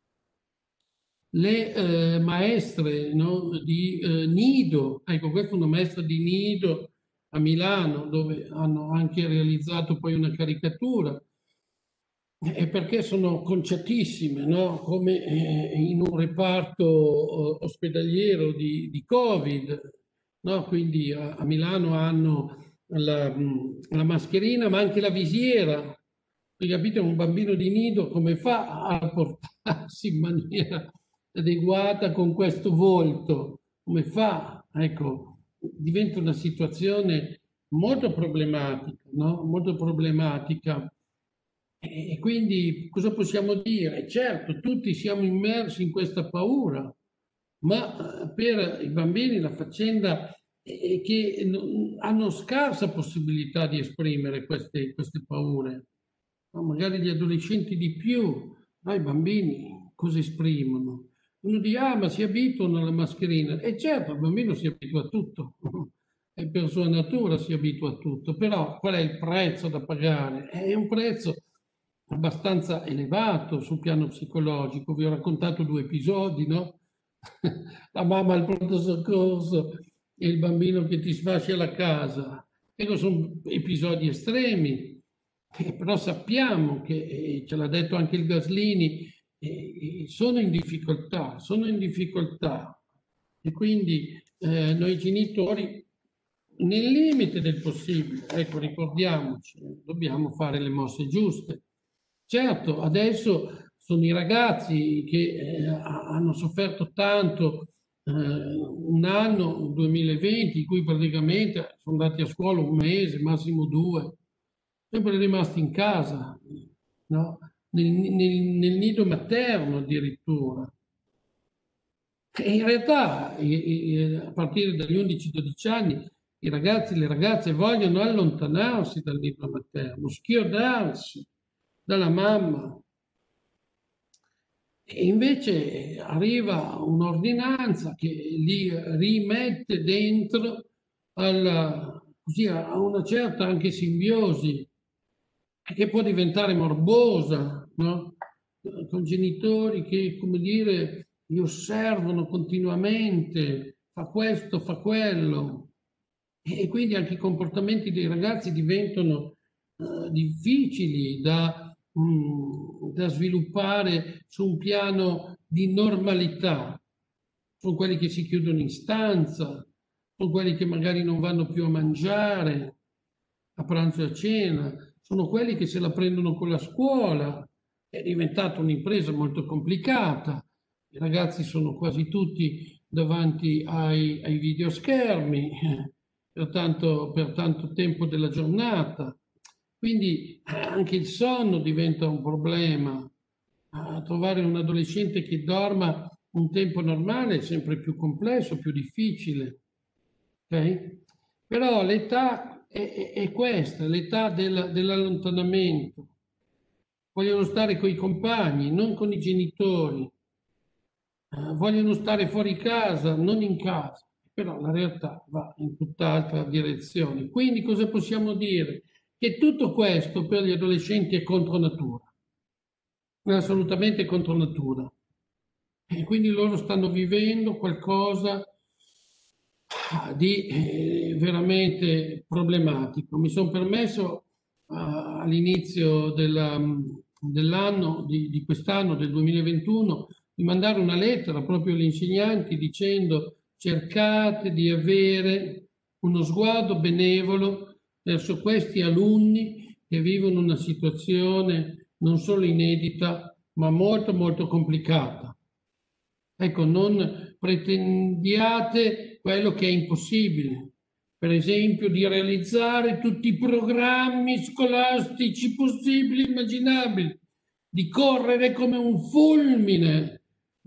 Le eh, maestre, no, di eh, nido, ecco, questa è una maestra di nido a Milano, dove hanno anche realizzato poi una caricatura, e perché sono conciatissime, no? Come eh, in un reparto eh, ospedaliero di, di Covid, no? Quindi a, a Milano hanno la, la mascherina, ma anche la visiera. E capite, un bambino di nido come fa a portarsi in maniera adeguata con questo volto? Come fa? Ecco, diventa una situazione molto problematica, no? Molto problematica. E quindi cosa possiamo dire? Certo, tutti siamo immersi in questa paura, ma per i bambini la faccenda è che hanno scarsa possibilità di esprimere queste, queste paure. No, magari gli adolescenti di più, ma i bambini cosa esprimono? Uno dice, ah, ma si abituano alla mascherina. E certo, il bambino si abitua a tutto, e per sua natura si abitua a tutto, però qual è il prezzo da pagare? È un prezzo abbastanza elevato sul piano psicologico. Vi ho raccontato due episodi, no? La mamma al pronto soccorso e il bambino che ti sfascia la casa. Ecco, sono episodi estremi, eh, però sappiamo che, eh, ce l'ha detto anche il Gaslini, eh, sono in difficoltà, sono in difficoltà. E quindi eh, noi genitori, nel limite del possibile, ecco, ricordiamoci, dobbiamo fare le mosse giuste. Certo, adesso sono i ragazzi che eh, hanno sofferto tanto eh, un anno, duemilaventi, in cui praticamente sono andati a scuola un mese, massimo due, sempre rimasti in casa, no? nel, nel, nel nido materno addirittura. E in realtà, a partire dagli undici dodici anni, i ragazzi e le ragazze vogliono allontanarsi dal nido materno, schiodarsi dalla mamma. E invece arriva un'ordinanza che li rimette dentro alla, così, a una certa anche simbiosi, che può diventare morbosa, no? Con genitori che, come dire, li osservano continuamente, fa questo, fa quello. E quindi anche i comportamenti dei ragazzi diventano uh, difficili da, um, da sviluppare su un piano di normalità. Sono quelli che si chiudono in stanza, sono quelli che magari non vanno più a mangiare a pranzo e a cena, sono quelli che se la prendono con la scuola, è diventata un'impresa molto complicata, i ragazzi sono quasi tutti davanti ai, ai videoschermi eh, per tanto, per tanto tempo della giornata, quindi anche il sonno diventa un problema. A trovare un adolescente che dorma un tempo normale è sempre più complesso, più difficile. Okay? Però l'età è, è, è questa, l'età del, dell'allontanamento. Vogliono stare con i compagni, non con i genitori. Eh, vogliono stare fuori casa, non in casa. Però la realtà va in tutt'altra direzione. Quindi cosa possiamo dire? Che tutto questo per gli adolescenti è contro natura. È assolutamente contro natura. E quindi loro stanno vivendo qualcosa di eh, veramente problematico. Mi sono permesso uh, all'inizio della, dell'anno, di, di quest'anno, del duemilaventuno, di mandare una lettera proprio agli insegnanti dicendo cercate di avere uno sguardo benevolo verso questi alunni che vivono una situazione non solo inedita, ma molto molto complicata. Ecco, non pretendiate quello che è impossibile, per esempio di realizzare tutti i programmi scolastici possibili e immaginabili, di correre come un fulmine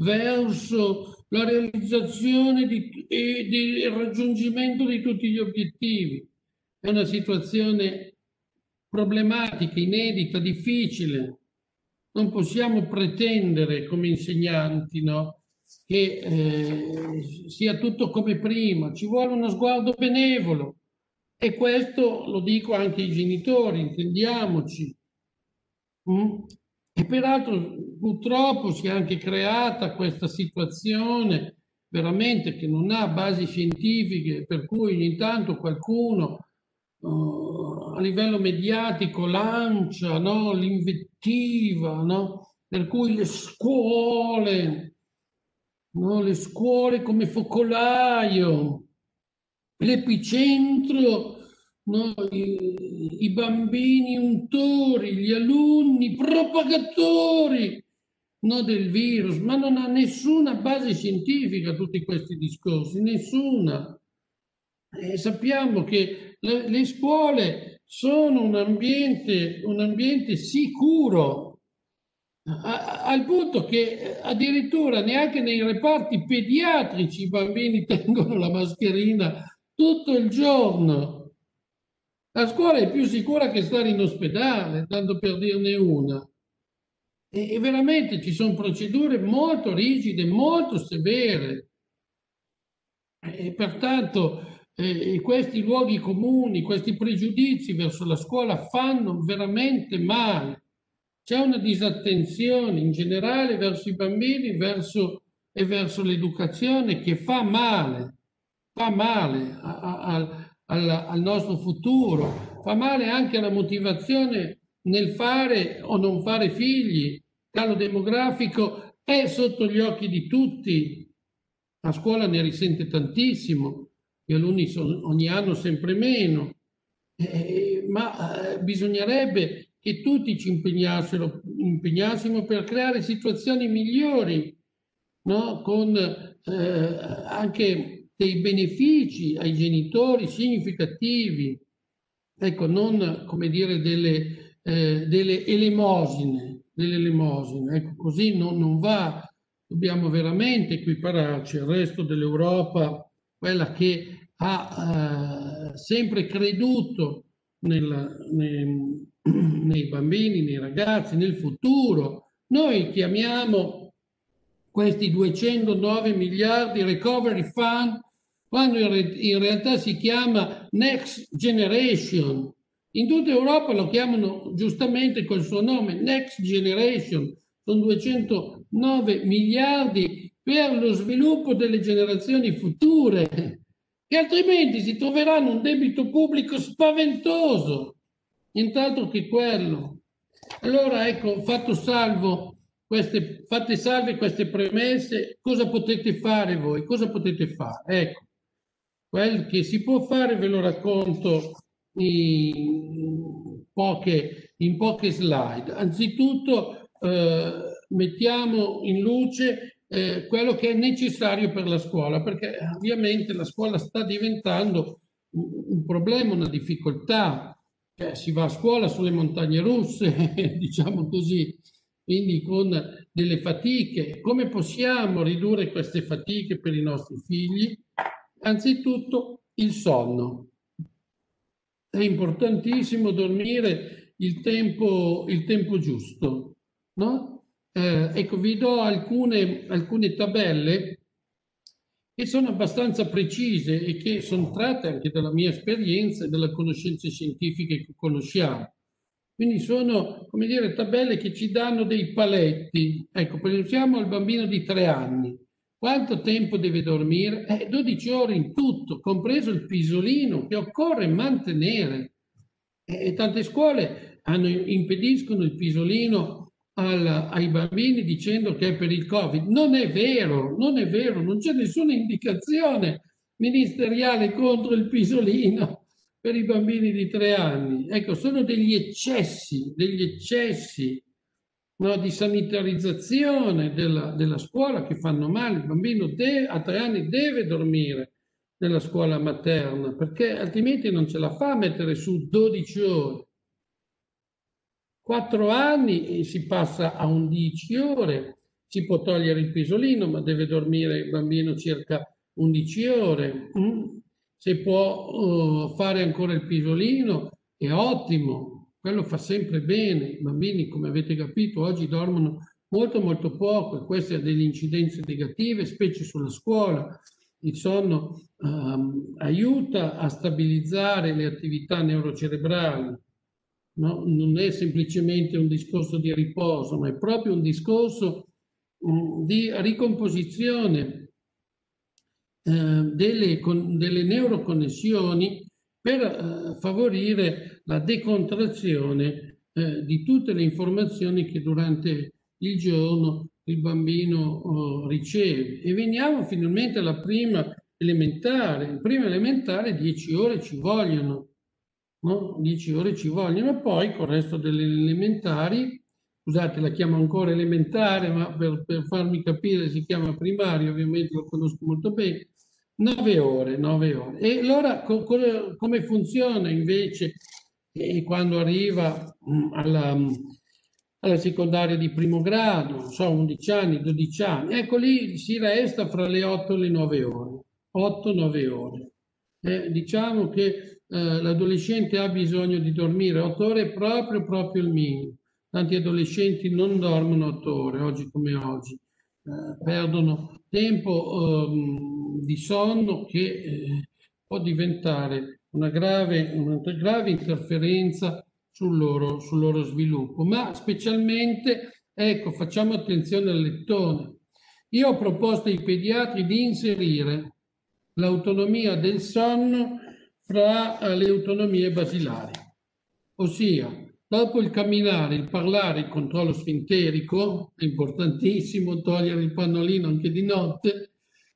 verso la realizzazione di, e il raggiungimento di tutti gli obiettivi. È una situazione problematica, inedita, difficile. Non possiamo pretendere come insegnanti, no, che eh, sia tutto come prima, ci vuole uno sguardo benevolo e questo lo dico anche ai genitori, intendiamoci. Mm? E peraltro purtroppo si è anche creata questa situazione veramente che non ha basi scientifiche, per cui ogni tanto qualcuno uh, a livello mediatico lancia, no, l'invettiva, no? Per cui le scuole, no, le scuole come focolaio, l'epicentro, no, i, i bambini untori, gli alunni propagatori, no, del virus, ma non ha nessuna base scientifica tutti questi discorsi, nessuna. E sappiamo che le, le scuole sono un ambiente, un ambiente sicuro, a, al punto che addirittura neanche nei reparti pediatrici i bambini tengono la mascherina tutto il giorno. La scuola è più sicura che stare in ospedale, tanto per dirne una. E, e veramente ci sono procedure molto rigide, molto severe. E pertanto eh, questi luoghi comuni, questi pregiudizi verso la scuola fanno veramente male. C'è una disattenzione in generale verso i bambini verso, e verso l'educazione che fa male, fa male a, a, al, al nostro futuro, fa male anche alla motivazione nel fare o non fare figli. Il calo demografico è sotto gli occhi di tutti. La scuola ne risente tantissimo, gli alunni sono ogni anno sempre meno, eh, ma eh, bisognerebbe che tutti ci impegnassero, impegnassimo per creare situazioni migliori, no? Con eh, anche dei benefici ai genitori significativi, ecco, non come dire delle, eh, delle elemosine, delle elemosine, ecco, così non, non va. Dobbiamo veramente equipararci al resto dell'Europa, quella che ha eh, sempre creduto nella, nei, nei bambini, nei ragazzi, nel futuro. Noi chiamiamo questi duecentonove miliardi Recovery Fund, quando in, re, in realtà si chiama Next Generation. In tutta Europa lo chiamano giustamente col suo nome, Next Generation. Sono duecentonove miliardi per lo sviluppo delle generazioni future, che altrimenti si troveranno un debito pubblico spaventoso, nient'altro che quello. Allora, ecco, fatto salvo queste, fatte salve queste premesse, cosa potete fare voi? Cosa potete fare? Ecco, quel che si può fare ve lo racconto in poche, in poche slide. Anzitutto, eh, mettiamo in luce eh, quello che è necessario per la scuola, perché ovviamente la scuola sta diventando un, un problema, una difficoltà. Cioè, si va a scuola sulle montagne russe, diciamo così, quindi con delle fatiche. Come possiamo ridurre queste fatiche per i nostri figli? Anzitutto il sonno. È importantissimo dormire il tempo, il tempo giusto, no? Eh, ecco, vi do alcune, alcune tabelle che sono abbastanza precise e che sono tratte anche dalla mia esperienza e dalle conoscenze scientifiche che conosciamo. Quindi sono, come dire, tabelle che ci danno dei paletti. Ecco, pensiamo al bambino di tre anni. Quanto tempo deve dormire? Eh, dodici ore in tutto, compreso il pisolino che occorre mantenere. E tante scuole hanno, impediscono il pisolino al, ai bambini dicendo che è per il Covid. Non è vero, non è vero, non c'è nessuna indicazione ministeriale contro il pisolino per i bambini di tre anni. Ecco, sono degli eccessi, degli eccessi, no, di sanitarizzazione della, della scuola che fanno male. Il bambino deve, a tre anni deve dormire nella scuola materna, perché altrimenti non ce la fa a mettere su dodici ore. Quattro anni si passa a undici ore, si può togliere il pisolino, ma deve dormire il bambino circa undici ore. Se può uh, fare ancora il pisolino è ottimo, quello fa sempre bene. I bambini, come avete capito, oggi dormono molto molto poco e queste ha delle incidenze negative, specie sulla scuola. Il sonno um, aiuta a stabilizzare le attività neurocerebrali. No? Non è semplicemente un discorso di riposo, ma è proprio un discorso um, di ricomposizione eh, delle, con, delle neuroconnessioni per eh, favorire la decontrazione eh, di tutte le informazioni che durante il giorno il bambino oh, riceve. E veniamo finalmente alla prima elementare. In prima elementare dieci ore ci vogliono. No? dieci ore ci vogliono, poi con il resto delle elementari, scusate, la chiamo ancora elementare, ma per, per farmi capire si chiama primario, ovviamente lo conosco molto bene, nove ore, nove ore. E allora co, co, come funziona invece eh, quando arriva mh, alla, alla secondaria di primo grado, non so, undici anni, dodici anni, ecco lì si resta fra le otto e le nove ore, otto nove ore. Eh, diciamo che Uh, l'adolescente ha bisogno di dormire otto ore, proprio proprio il minimo. Tanti adolescenti non dormono otto ore, oggi come oggi, uh, perdono tempo um, di sonno che eh, può diventare una grave, una grave interferenza sul loro, sul loro sviluppo. Ma specialmente, ecco, facciamo attenzione al lettone. Io ho proposto ai pediatri di inserire l'autonomia del sonno fra le autonomie basilari, ossia dopo il camminare, il parlare, il controllo sfinterico, è importantissimo togliere il pannolino anche di notte,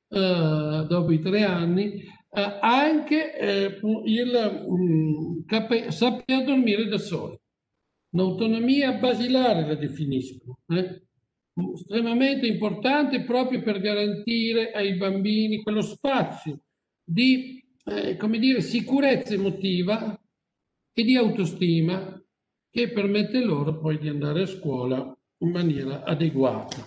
eh, dopo i tre anni, eh, anche eh, il um, cap- saper dormire da soli. Un'autonomia basilare la definiscono, eh? estremamente importante proprio per garantire ai bambini quello spazio di Eh, come dire, sicurezza emotiva e di autostima che permette loro poi di andare a scuola in maniera adeguata.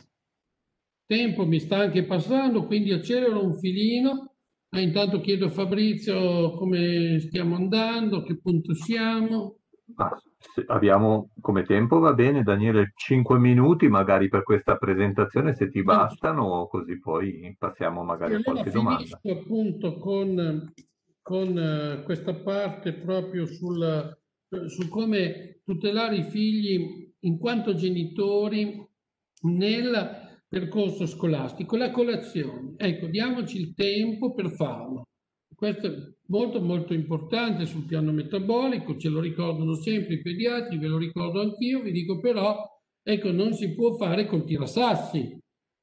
Tempo mi sta anche passando, quindi accelero un filino. Eh, intanto chiedo a Fabrizio come stiamo andando, a che punto siamo. Ah, abbiamo come tempo, va bene, Daniele, cinque minuti magari per questa presentazione, se ti bastano, così poi passiamo magari a qualche domanda. Finisco appunto con, con uh, questa parte proprio sul, su come tutelare i figli in quanto genitori nel percorso scolastico. La colazione, ecco, diamoci il tempo per farlo. Questo è molto molto importante sul piano metabolico, ce lo ricordano sempre i pediatri, ve lo ricordo anch'io, vi dico però, ecco, non si può fare col tirasassi.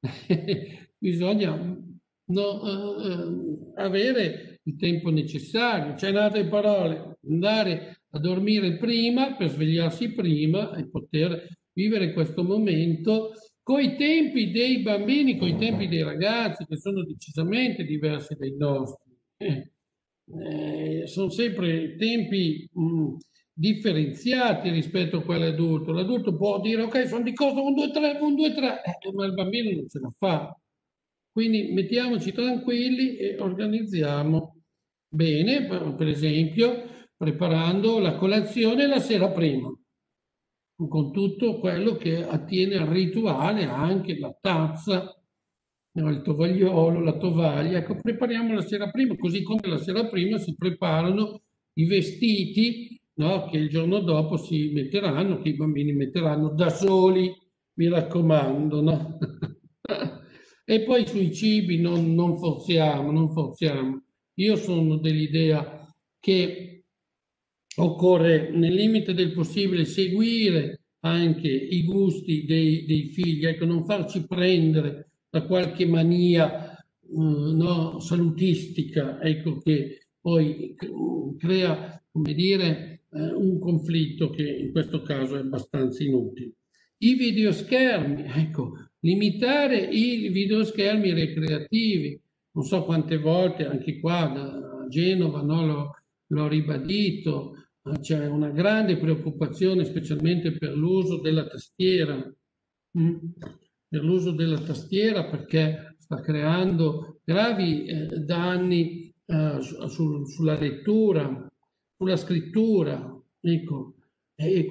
Bisogna no, uh, avere il tempo necessario, cioè in altre parole, andare a dormire prima per svegliarsi prima e poter vivere questo momento coi tempi dei bambini, coi tempi dei ragazzi, che sono decisamente diversi dai nostri. Eh, eh, sono sempre tempi mh, differenziati rispetto a quello adulto. L'adulto può dire, ok, sono di cosa, un, due, tre, un, due, tre, eh, ma il bambino non ce la fa. Quindi mettiamoci tranquilli e organizziamo bene, per esempio, preparando la colazione la sera prima, con tutto quello che attiene al rituale, anche la tazza, il tovagliolo, la tovaglia. Ecco, prepariamo la sera prima, così come la sera prima si preparano i vestiti, no, che il giorno dopo si metteranno, che i bambini metteranno da soli, mi raccomando, no? E poi sui cibi non, non forziamo, non forziamo. Io sono dell'idea che occorre nel limite del possibile seguire anche i gusti dei, dei figli, ecco, non farci prendere da qualche mania eh, no, salutistica, ecco, che poi crea, come dire, eh, un conflitto che in questo caso è abbastanza inutile. I videoschermi, ecco, limitare i videoschermi recreativi, non so quante volte anche qua da Genova, no, l'ho, l'ho ribadito, c'è una grande preoccupazione specialmente per l'uso della tastiera, mm, per l'uso della tastiera perché sta creando gravi eh, danni eh, su, sulla lettura, sulla scrittura, ecco, e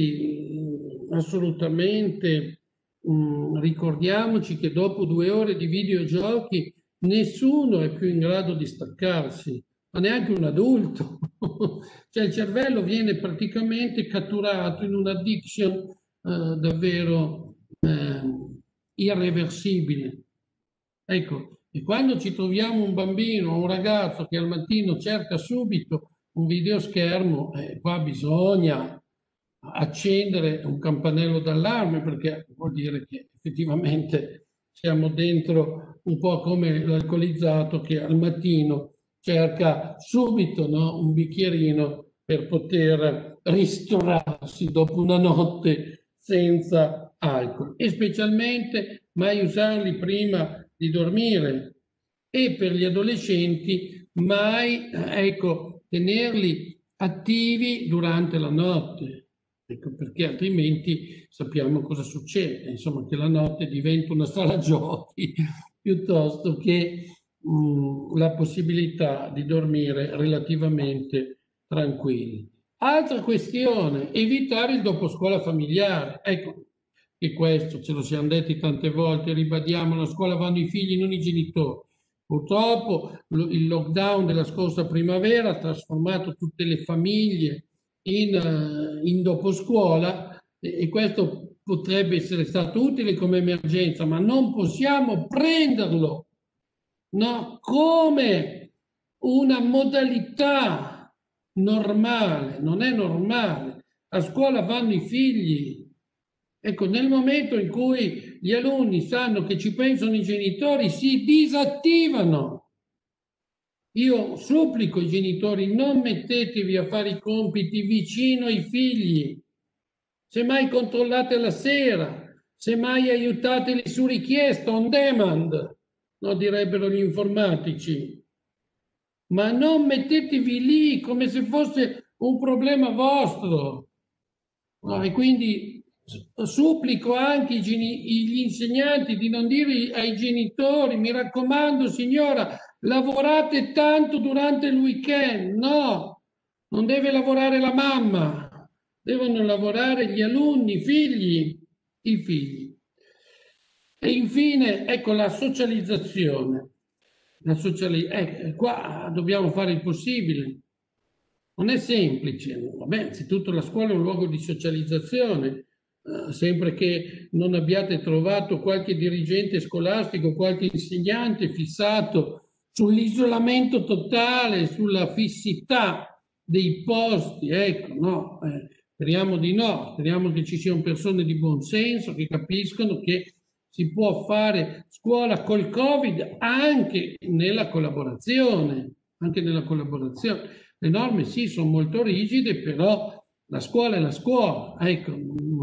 quindi assolutamente mh, ricordiamoci che dopo due ore di videogiochi nessuno è più in grado di staccarsi, ma neanche un adulto. Cioè il cervello viene praticamente catturato in un'addiction eh, davvero eh, irreversibile. Ecco, e quando ci troviamo un bambino o un ragazzo che al mattino cerca subito un videoschermo, eh, qua bisogna accendere un campanello d'allarme perché vuol dire che effettivamente siamo dentro un po' come l'alcolizzato che al mattino cerca subito, no, un bicchierino per poter ristorarsi dopo una notte senza alcol, e specialmente mai usarli prima di dormire, e per gli adolescenti mai, ecco, tenerli attivi durante la notte, ecco, perché altrimenti sappiamo cosa succede, insomma, che la notte diventa una sala giochi piuttosto che mh, la possibilità di dormire relativamente tranquilli. Altra questione, evitare il doposcuola familiare. Ecco, che questo ce lo siamo detti tante volte, ribadiamo, la scuola vanno i figli, non i genitori. Purtroppo il lockdown della scorsa primavera ha trasformato tutte le famiglie in, in doposcuola e questo potrebbe essere stato utile come emergenza, ma non possiamo prenderlo, no, come una modalità normale. Non è normale. A scuola vanno i figli. Ecco, nel momento in cui gli alunni sanno che ci pensano i genitori, si disattivano. Io supplico i genitori, non mettetevi a fare i compiti vicino ai figli. Semmai controllate la sera, semmai aiutateli su richiesta, on demand, no, direbbero gli informatici. Ma non mettetevi lì come se fosse un problema vostro. No, e quindi supplico anche gli insegnanti di non dire ai genitori, mi raccomando signora, lavorate tanto durante il weekend. No, non deve lavorare la mamma, devono lavorare gli alunni, i figli, i figli. E infine, ecco, la socializzazione. La sociali- eh, qua dobbiamo fare il possibile. Non è semplice. Vabbè, innanzitutto la scuola è un luogo di socializzazione, eh, sempre che non abbiate trovato qualche dirigente scolastico, qualche insegnante fissato sull'isolamento totale, sulla fissità dei posti. Ecco, no, eh, speriamo di no, speriamo che ci siano persone di buon senso che capiscono che si può fare scuola col Covid anche nella collaborazione, anche nella collaborazione. Le norme sì sono molto rigide, però la scuola è la scuola, ecco,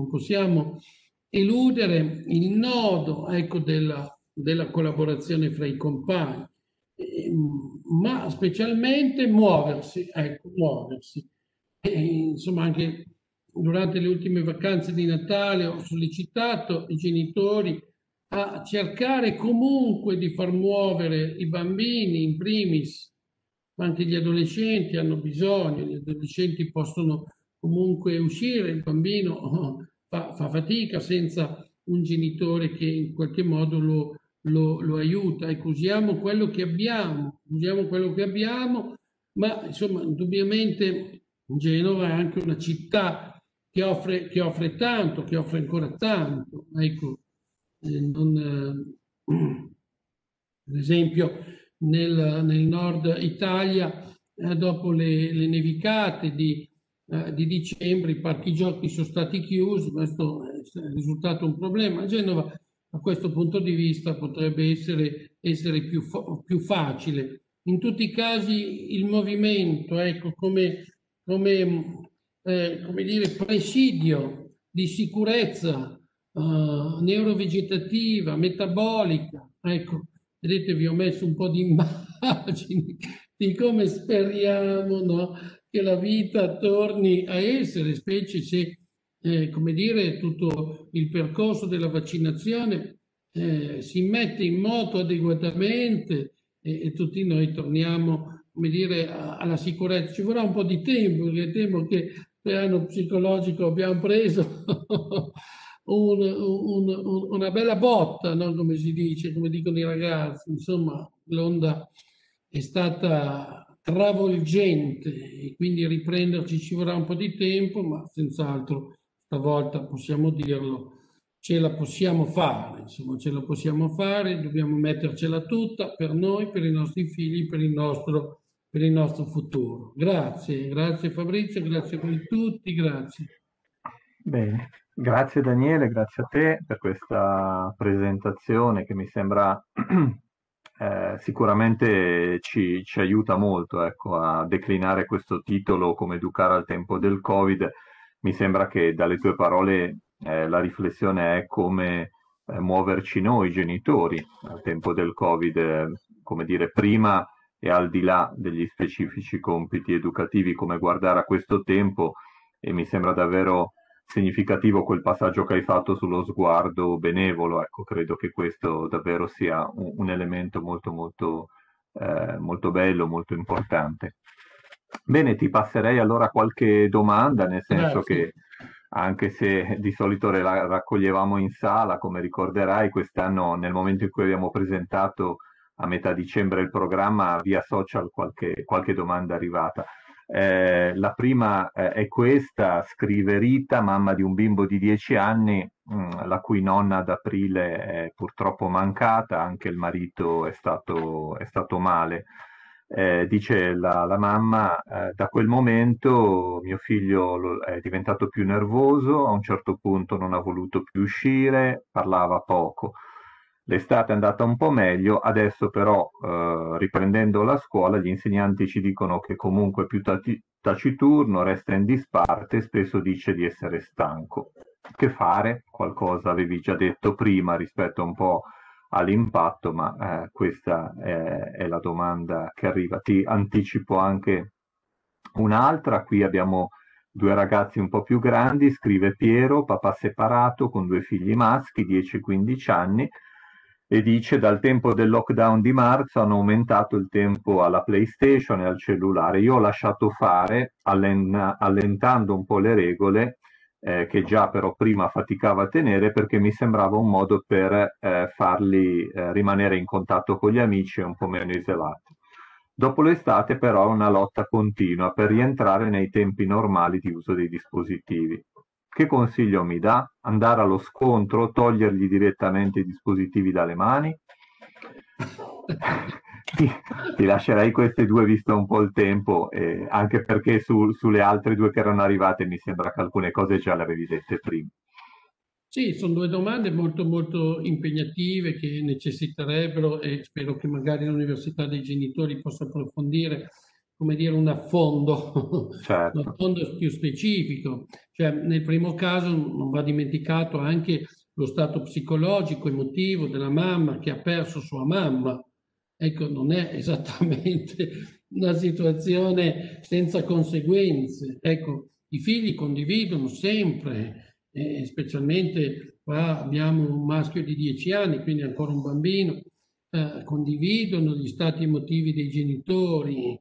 non possiamo eludere il nodo, ecco, della, della collaborazione fra i compagni, eh, ma specialmente muoversi, ecco, muoversi. E, insomma, anche durante le ultime vacanze di Natale ho sollecitato i genitori a cercare comunque di far muovere i bambini in primis, ma anche gli adolescenti hanno bisogno, gli adolescenti possono comunque uscire, il bambino oh, fa, fa fatica senza un genitore che in qualche modo lo, lo, lo aiuta. Ecco, usiamo quello che abbiamo, usiamo quello che abbiamo, ma insomma, indubbiamente Genova è anche una città che offre, che offre tanto, che offre ancora tanto. Ecco, eh, non, eh, ad esempio, nel, nel nord Italia, eh, dopo le, le nevicate di, eh, di dicembre, i parchi giochi sono stati chiusi, questo è risultato un problema. A Genova, a questo punto di vista, potrebbe essere, essere più, più facile. In tutti i casi il movimento, ecco, come, come, eh, come dire, presidio di sicurezza uh, neurovegetativa, metabolica, ecco, vedete, vi ho messo un po' di immagini di come speriamo, no, che la vita torni a essere, specie se, eh, come dire, tutto il percorso della vaccinazione eh, si mette in moto adeguatamente e, e tutti noi torniamo, come dire, a, alla sicurezza. Ci vorrà un po' di tempo, perché temo che il piano psicologico abbiamo preso un, un, un, una bella botta, no? Come si dice, come dicono i ragazzi. Insomma, l'onda è stata travolgente e quindi riprenderci ci vorrà un po' di tempo, ma senz'altro stavolta possiamo dirlo, ce la possiamo fare, insomma, ce la possiamo fare, dobbiamo mettercela tutta per noi, per i nostri figli, per il nostro, per il nostro futuro. Grazie, grazie Fabrizio, grazie a voi tutti, grazie. Bene, grazie Daniele, grazie a te per questa presentazione che mi sembra eh, sicuramente ci, ci aiuta molto, ecco, a declinare questo titolo come educare al tempo del Covid. Mi sembra che dalle tue parole eh, la riflessione è come eh, muoverci noi genitori al tempo del Covid, eh, come dire, prima e al di là degli specifici compiti educativi, come guardare a questo tempo, e mi sembra davvero significativo quel passaggio che hai fatto sullo sguardo benevolo. Ecco, credo che questo davvero sia un, un elemento molto molto, eh, molto bello, molto importante. Bene, ti passerei allora qualche domanda, nel senso Grazie. che anche se di solito la raccoglievamo in sala, come ricorderai, quest'anno nel momento in cui abbiamo presentato a metà dicembre il programma, via social qualche, qualche domanda è arrivata. Eh, la prima eh, è questa: scrive Rita, mamma di un bimbo di dieci anni, mh, la cui nonna ad aprile è purtroppo mancata, anche il marito è stato, è stato male. Eh, dice la, la mamma, eh, da quel momento mio figlio lo- è diventato più nervoso, a un certo punto non ha voluto più uscire, parlava poco. L'estate è andata un po' meglio, adesso però, eh, riprendendo la scuola, gli insegnanti ci dicono che comunque è più tati- taciturno, resta in disparte e spesso dice di essere stanco. Che fare? Qualcosa avevi già detto prima rispetto un po' all'impatto, ma eh, questa è, è la domanda che arriva. Ti anticipo anche un'altra. Qui abbiamo due ragazzi un po' più grandi, scrive Piero, papà separato con due figli maschi, dieci e quindici anni, e dice: dal tempo del lockdown di marzo hanno aumentato il tempo alla PlayStation e al cellulare. Io ho lasciato fare, allen- allentando un po' le regole, eh, che già però prima faticava a tenere, perché mi sembrava un modo per eh, farli eh, rimanere in contatto con gli amici e un po' meno isolati. Dopo l'estate però è una lotta continua per rientrare nei tempi normali di uso dei dispositivi. Che consiglio mi dà? Andare allo scontro, togliergli direttamente i dispositivi dalle mani? ti, ti lascerei queste due visto un po' il tempo, eh, anche perché su, sulle altre due che erano arrivate mi sembra che alcune cose già le avevi dette prima. Sì, sono due domande molto molto impegnative che necessiterebbero, e spero che magari l'Università dei Genitori possa approfondire come dire, un affondo, Certo. un affondo più specifico. Cioè, nel primo caso non va dimenticato anche lo stato psicologico, emotivo della mamma che ha perso sua mamma. Ecco, non è esattamente una situazione senza conseguenze. Ecco, i figli condividono sempre, eh, specialmente qua abbiamo un maschio di dieci anni, quindi ancora un bambino, eh, condividono gli stati emotivi dei genitori,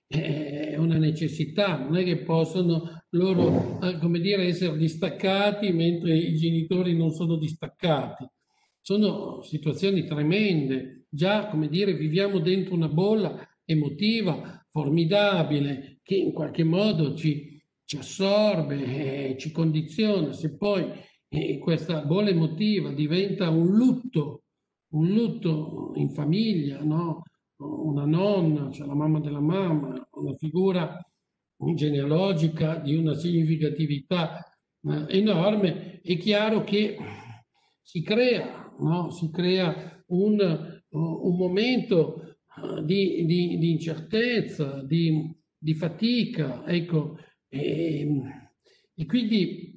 eh, è una necessità, non è che possono loro, eh, come dire, essere distaccati mentre i genitori non sono distaccati. Sono situazioni tremende, già, come dire, viviamo dentro una bolla emotiva formidabile che in qualche modo ci, ci assorbe, eh, ci condiziona. Se poi eh, questa bolla emotiva diventa un lutto, un lutto in famiglia, no? Una nonna, cioè la mamma della mamma, una figura genealogica di una significatività eh, enorme, è chiaro che si crea, no? Si crea un, un momento di, di, di incertezza, di, di fatica, ecco, e, e quindi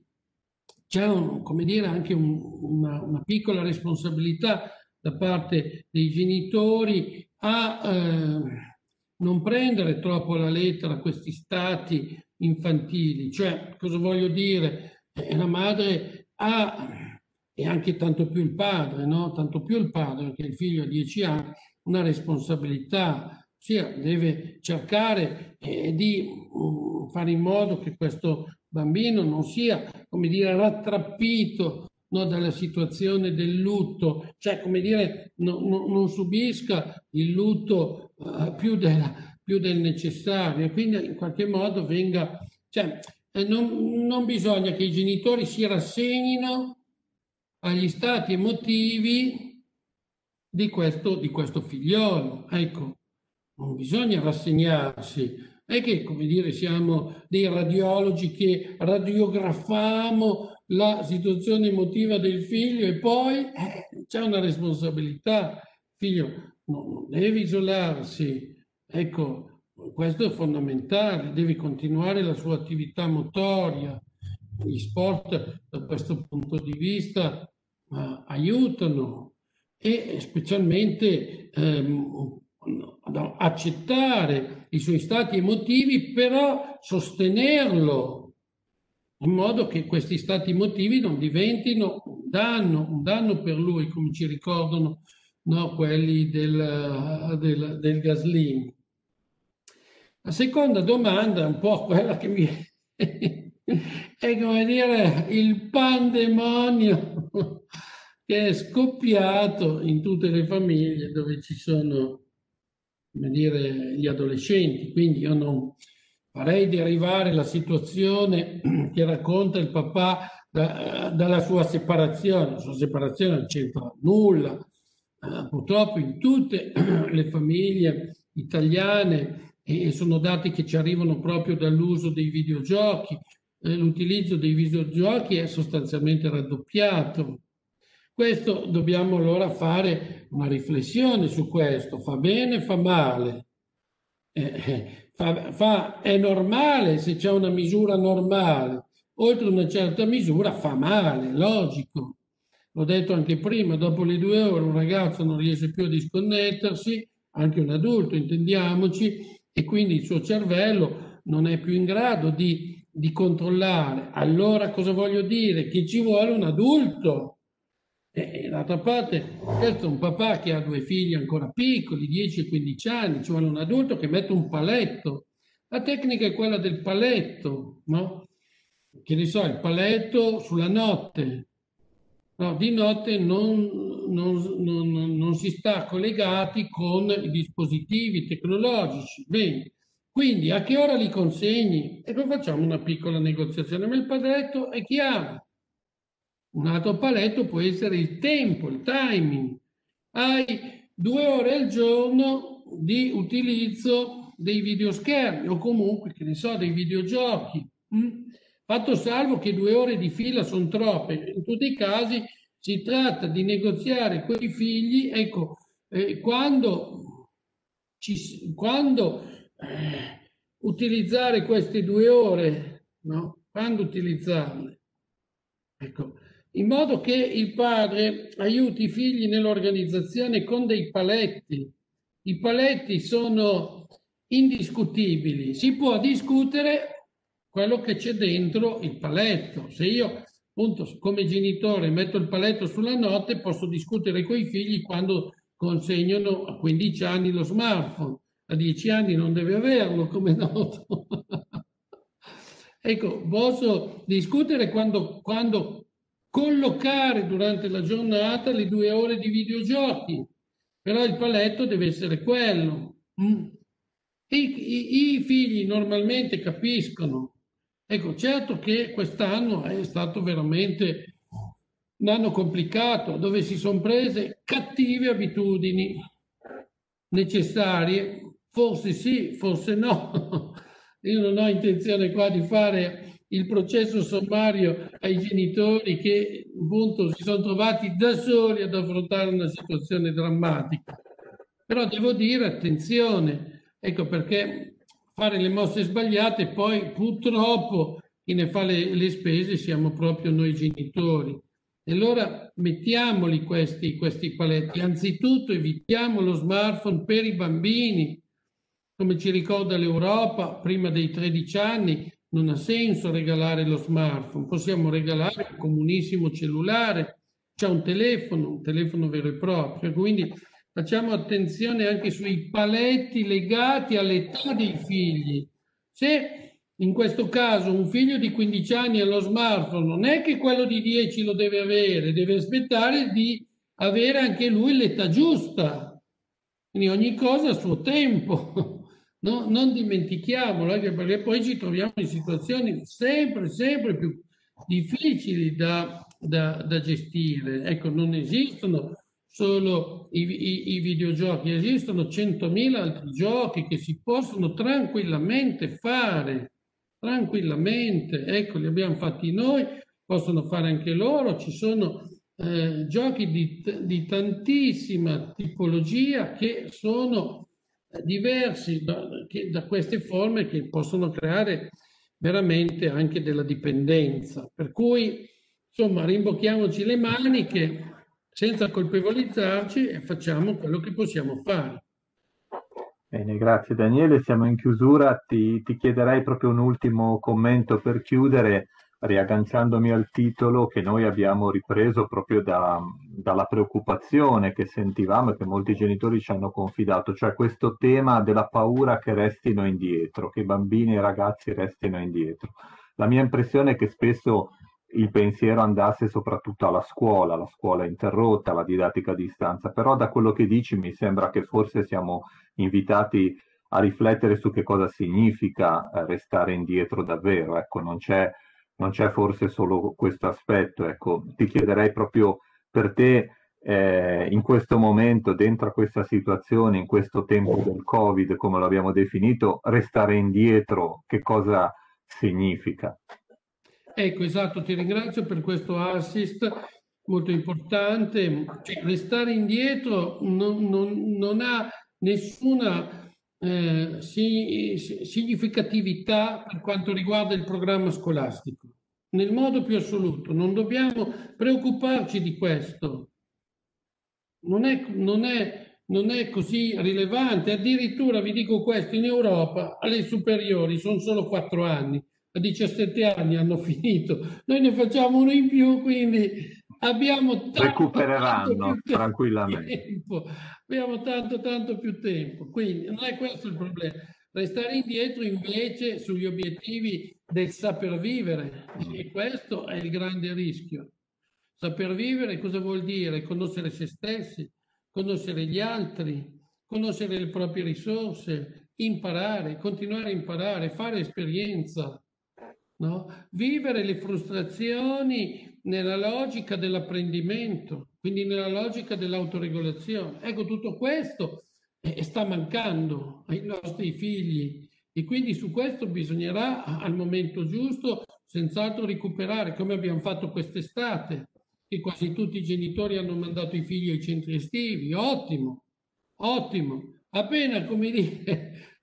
c'è un, come dire, anche un, una, una piccola responsabilità da parte dei genitori a eh, non prendere troppo alla lettera questi stati infantili. Cioè, cosa voglio dire? Eh, la madre ha, e anche tanto più il padre, no? Tanto più il padre, che il figlio ha dieci anni, una responsabilità, ossia deve cercare eh, di um, fare in modo che questo bambino non sia, come dire, rattrappito, no, dalla situazione del lutto, cioè, come dire, no, no, non subisca il lutto uh, più, della, più del necessario, e quindi in qualche modo venga, cioè, eh, non, non bisogna che i genitori si rassegnino agli stati emotivi di questo, di questo figliolo. Ecco, non bisogna rassegnarsi. È che, come dire, siamo dei radiologi che radiografamo la situazione emotiva del figlio e poi eh, c'è una responsabilità. Il figlio non, non deve isolarsi. Ecco, questo è fondamentale, deve continuare la sua attività motoria. Gli sport, da questo punto di vista, eh, aiutano, e specialmente ehm, accettare i suoi stati emotivi, però sostenerlo in modo che questi stati emotivi non diventino un danno, un danno per lui, come ci ricordano, no, quelli del, del, del Gaslini. La seconda domanda è un po' quella che mi è, come dire, il pandemonio che è scoppiato in tutte le famiglie dove ci sono, come dire, gli adolescenti. Quindi io non farei derivare la situazione che racconta il papà da, dalla sua separazione. La sua separazione non c'entra nulla. Uh, purtroppo in tutte le famiglie italiane, e sono dati che ci arrivano proprio dall'uso dei videogiochi, eh, l'utilizzo dei videogiochi è sostanzialmente raddoppiato. Questo dobbiamo allora fare una riflessione su questo, fa bene, fa male. Eh, fa, fa, è normale se c'è una misura normale, oltre una certa misura fa male, logico. L'ho detto anche prima, dopo le due ore un ragazzo non riesce più a disconnettersi, anche un adulto, intendiamoci, e quindi il suo cervello non è più in grado di, di controllare. Allora cosa voglio dire? Che ci vuole un adulto. E d'altra parte, questo è un papà che ha due figli ancora piccoli, dieci e quindici anni, ci vuole un adulto che mette un paletto. La tecnica è quella del paletto, no? Che ne so, il paletto sulla notte. No, di notte non, non, non, non si sta collegati con i dispositivi tecnologici. Bene, quindi a che ora li consegni? E poi facciamo una piccola negoziazione, ma il paletto è chiaro. Un altro paletto può essere il tempo, il timing. Hai due ore al giorno di utilizzo dei videoschermi o comunque, che ne so, dei videogiochi. Mm? Fatto salvo che due ore di fila sono troppe. In tutti i casi si tratta di negoziare con i figli. Ecco, eh, quando, ci, quando eh, utilizzare queste due ore, no? Quando utilizzarle? Ecco, in modo che il padre aiuti i figli nell'organizzazione con dei paletti. I paletti sono indiscutibili, si può discutere quello che c'è dentro il paletto. Se io, appunto, come genitore metto il paletto sulla notte, posso discutere con i figli quando consegnano a quindici anni lo smartphone. A dieci anni non deve averlo, come noto. Ecco, posso discutere quando, quando collocare durante la giornata le due ore di videogiochi, però il paletto deve essere quello. Mm. I, i, I figli normalmente capiscono. Ecco, certo che quest'anno è stato veramente un anno complicato, dove si sono prese cattive abitudini necessarie, forse sì, forse no. Io non ho intenzione qua di fare il processo sommario ai genitori che appunto si sono trovati da soli ad affrontare una situazione drammatica. Però devo dire attenzione, ecco perché fare le mosse sbagliate poi purtroppo chi ne fa le, le spese siamo proprio noi genitori. E allora mettiamoli questi, questi paletti. Anzitutto evitiamo lo smartphone per i bambini. Come ci ricorda l'Europa, prima dei tredici anni non ha senso regalare lo smartphone. Possiamo regalare un comunissimo cellulare, c'è un telefono, un telefono vero e proprio. Quindi facciamo attenzione anche sui paletti legati all'età dei figli. Se in questo caso un figlio di quindici anni ha lo smartphone, non è che quello di dieci lo deve avere, deve aspettare di avere anche lui l'età giusta. Quindi ogni cosa a suo tempo. No? Non dimentichiamolo, anche perché poi ci troviamo in situazioni sempre, sempre più difficili da, da, da gestire. Ecco, non esistono solo i, i, i videogiochi, esistono centomila altri giochi che si possono tranquillamente fare, tranquillamente. Ecco, li abbiamo fatti noi, possono fare anche loro. Ci sono eh, giochi di, di tantissima tipologia che sono diversi da, che, da queste forme che possono creare veramente anche della dipendenza. Per cui, insomma, rimbocchiamoci le maniche senza colpevolizzarci e facciamo quello che possiamo fare. Bene, grazie Daniele. Siamo in chiusura. Ti, ti chiederei proprio un ultimo commento per chiudere, riagganciandomi al titolo che noi abbiamo ripreso proprio da, dalla preoccupazione che sentivamo e che molti genitori ci hanno confidato, cioè questo tema della paura che restino indietro, che i bambini e i ragazzi restino indietro. La mia impressione è che spesso il pensiero andasse soprattutto alla scuola, la scuola interrotta, la didattica a distanza, però da quello che dici mi sembra che forse siamo invitati a riflettere su che cosa significa eh, restare indietro davvero. Ecco, non c'è, non c'è forse solo questo aspetto. Ecco, ti chiederei proprio per te, eh, in questo momento, dentro a questa situazione, in questo tempo del Covid, come lo abbiamo definito, restare indietro, che cosa significa? Ecco, esatto, ti ringrazio per questo assist molto importante. Cioè, restare indietro non, non, non ha nessuna eh, si, significatività per quanto riguarda il programma scolastico, nel modo più assoluto. Non dobbiamo preoccuparci di questo. Non è, non è, non è così rilevante. Addirittura vi dico questo, in Europa alle superiori sono solo quattro anni. A diciassette anni hanno finito, noi ne facciamo uno in più, quindi abbiamo tanto, recupereranno tanto più tranquillamente. tempo, abbiamo tanto tanto più tempo, quindi non è questo il problema. Restare indietro invece sugli obiettivi del saper vivere, e questo è il grande rischio. Saper vivere cosa vuol dire? Conoscere se stessi, conoscere gli altri, conoscere le proprie risorse, imparare, continuare a imparare, fare esperienza. No? Vivere le frustrazioni nella logica dell'apprendimento, quindi nella logica dell'autoregolazione. Ecco, tutto questo eh, sta mancando ai nostri figli e quindi su questo bisognerà al momento giusto senz'altro recuperare, come abbiamo fatto quest'estate, che quasi tutti i genitori hanno mandato i figli ai centri estivi. Ottimo, ottimo. Appena, come dire,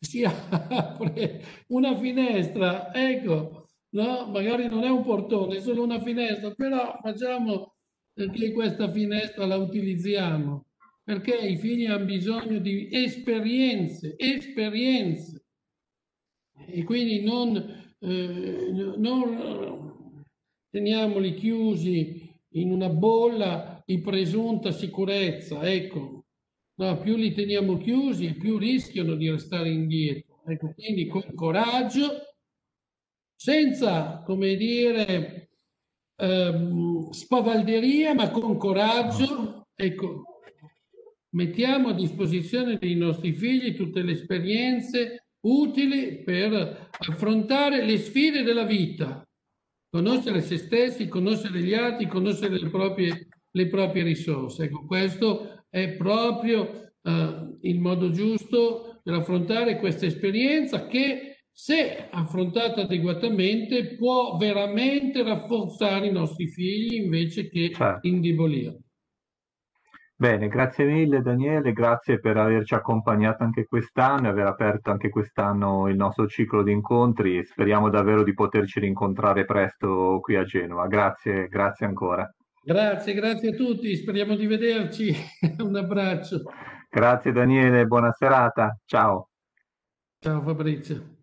si apre una finestra, ecco, no? Magari non è un portone, è solo una finestra, però facciamo che questa finestra la utilizziamo, perché i figli hanno bisogno di esperienze, esperienze, e quindi non, eh, non teniamoli chiusi in una bolla di presunta sicurezza, ecco. No, più li teniamo chiusi e più rischiano di restare indietro. Ecco, quindi con coraggio, senza, come dire, ehm, spavalderia, ma con coraggio, ecco, mettiamo a disposizione dei nostri figli tutte le esperienze utili per affrontare le sfide della vita, conoscere se stessi, conoscere gli altri, conoscere le proprie, le proprie risorse. Ecco, questo è proprio eh, il modo giusto per affrontare questa esperienza che, se affrontata adeguatamente, può veramente rafforzare i nostri figli invece che Certo. indebolirli. Bene, grazie mille Daniele, grazie per averci accompagnato anche quest'anno e aver aperto anche quest'anno il nostro ciclo di incontri e speriamo davvero di poterci rincontrare presto qui a Genova. Grazie, grazie ancora. Grazie, grazie a tutti, speriamo di vederci. Un abbraccio. Grazie Daniele, buona serata. Ciao. Ciao Fabrizio.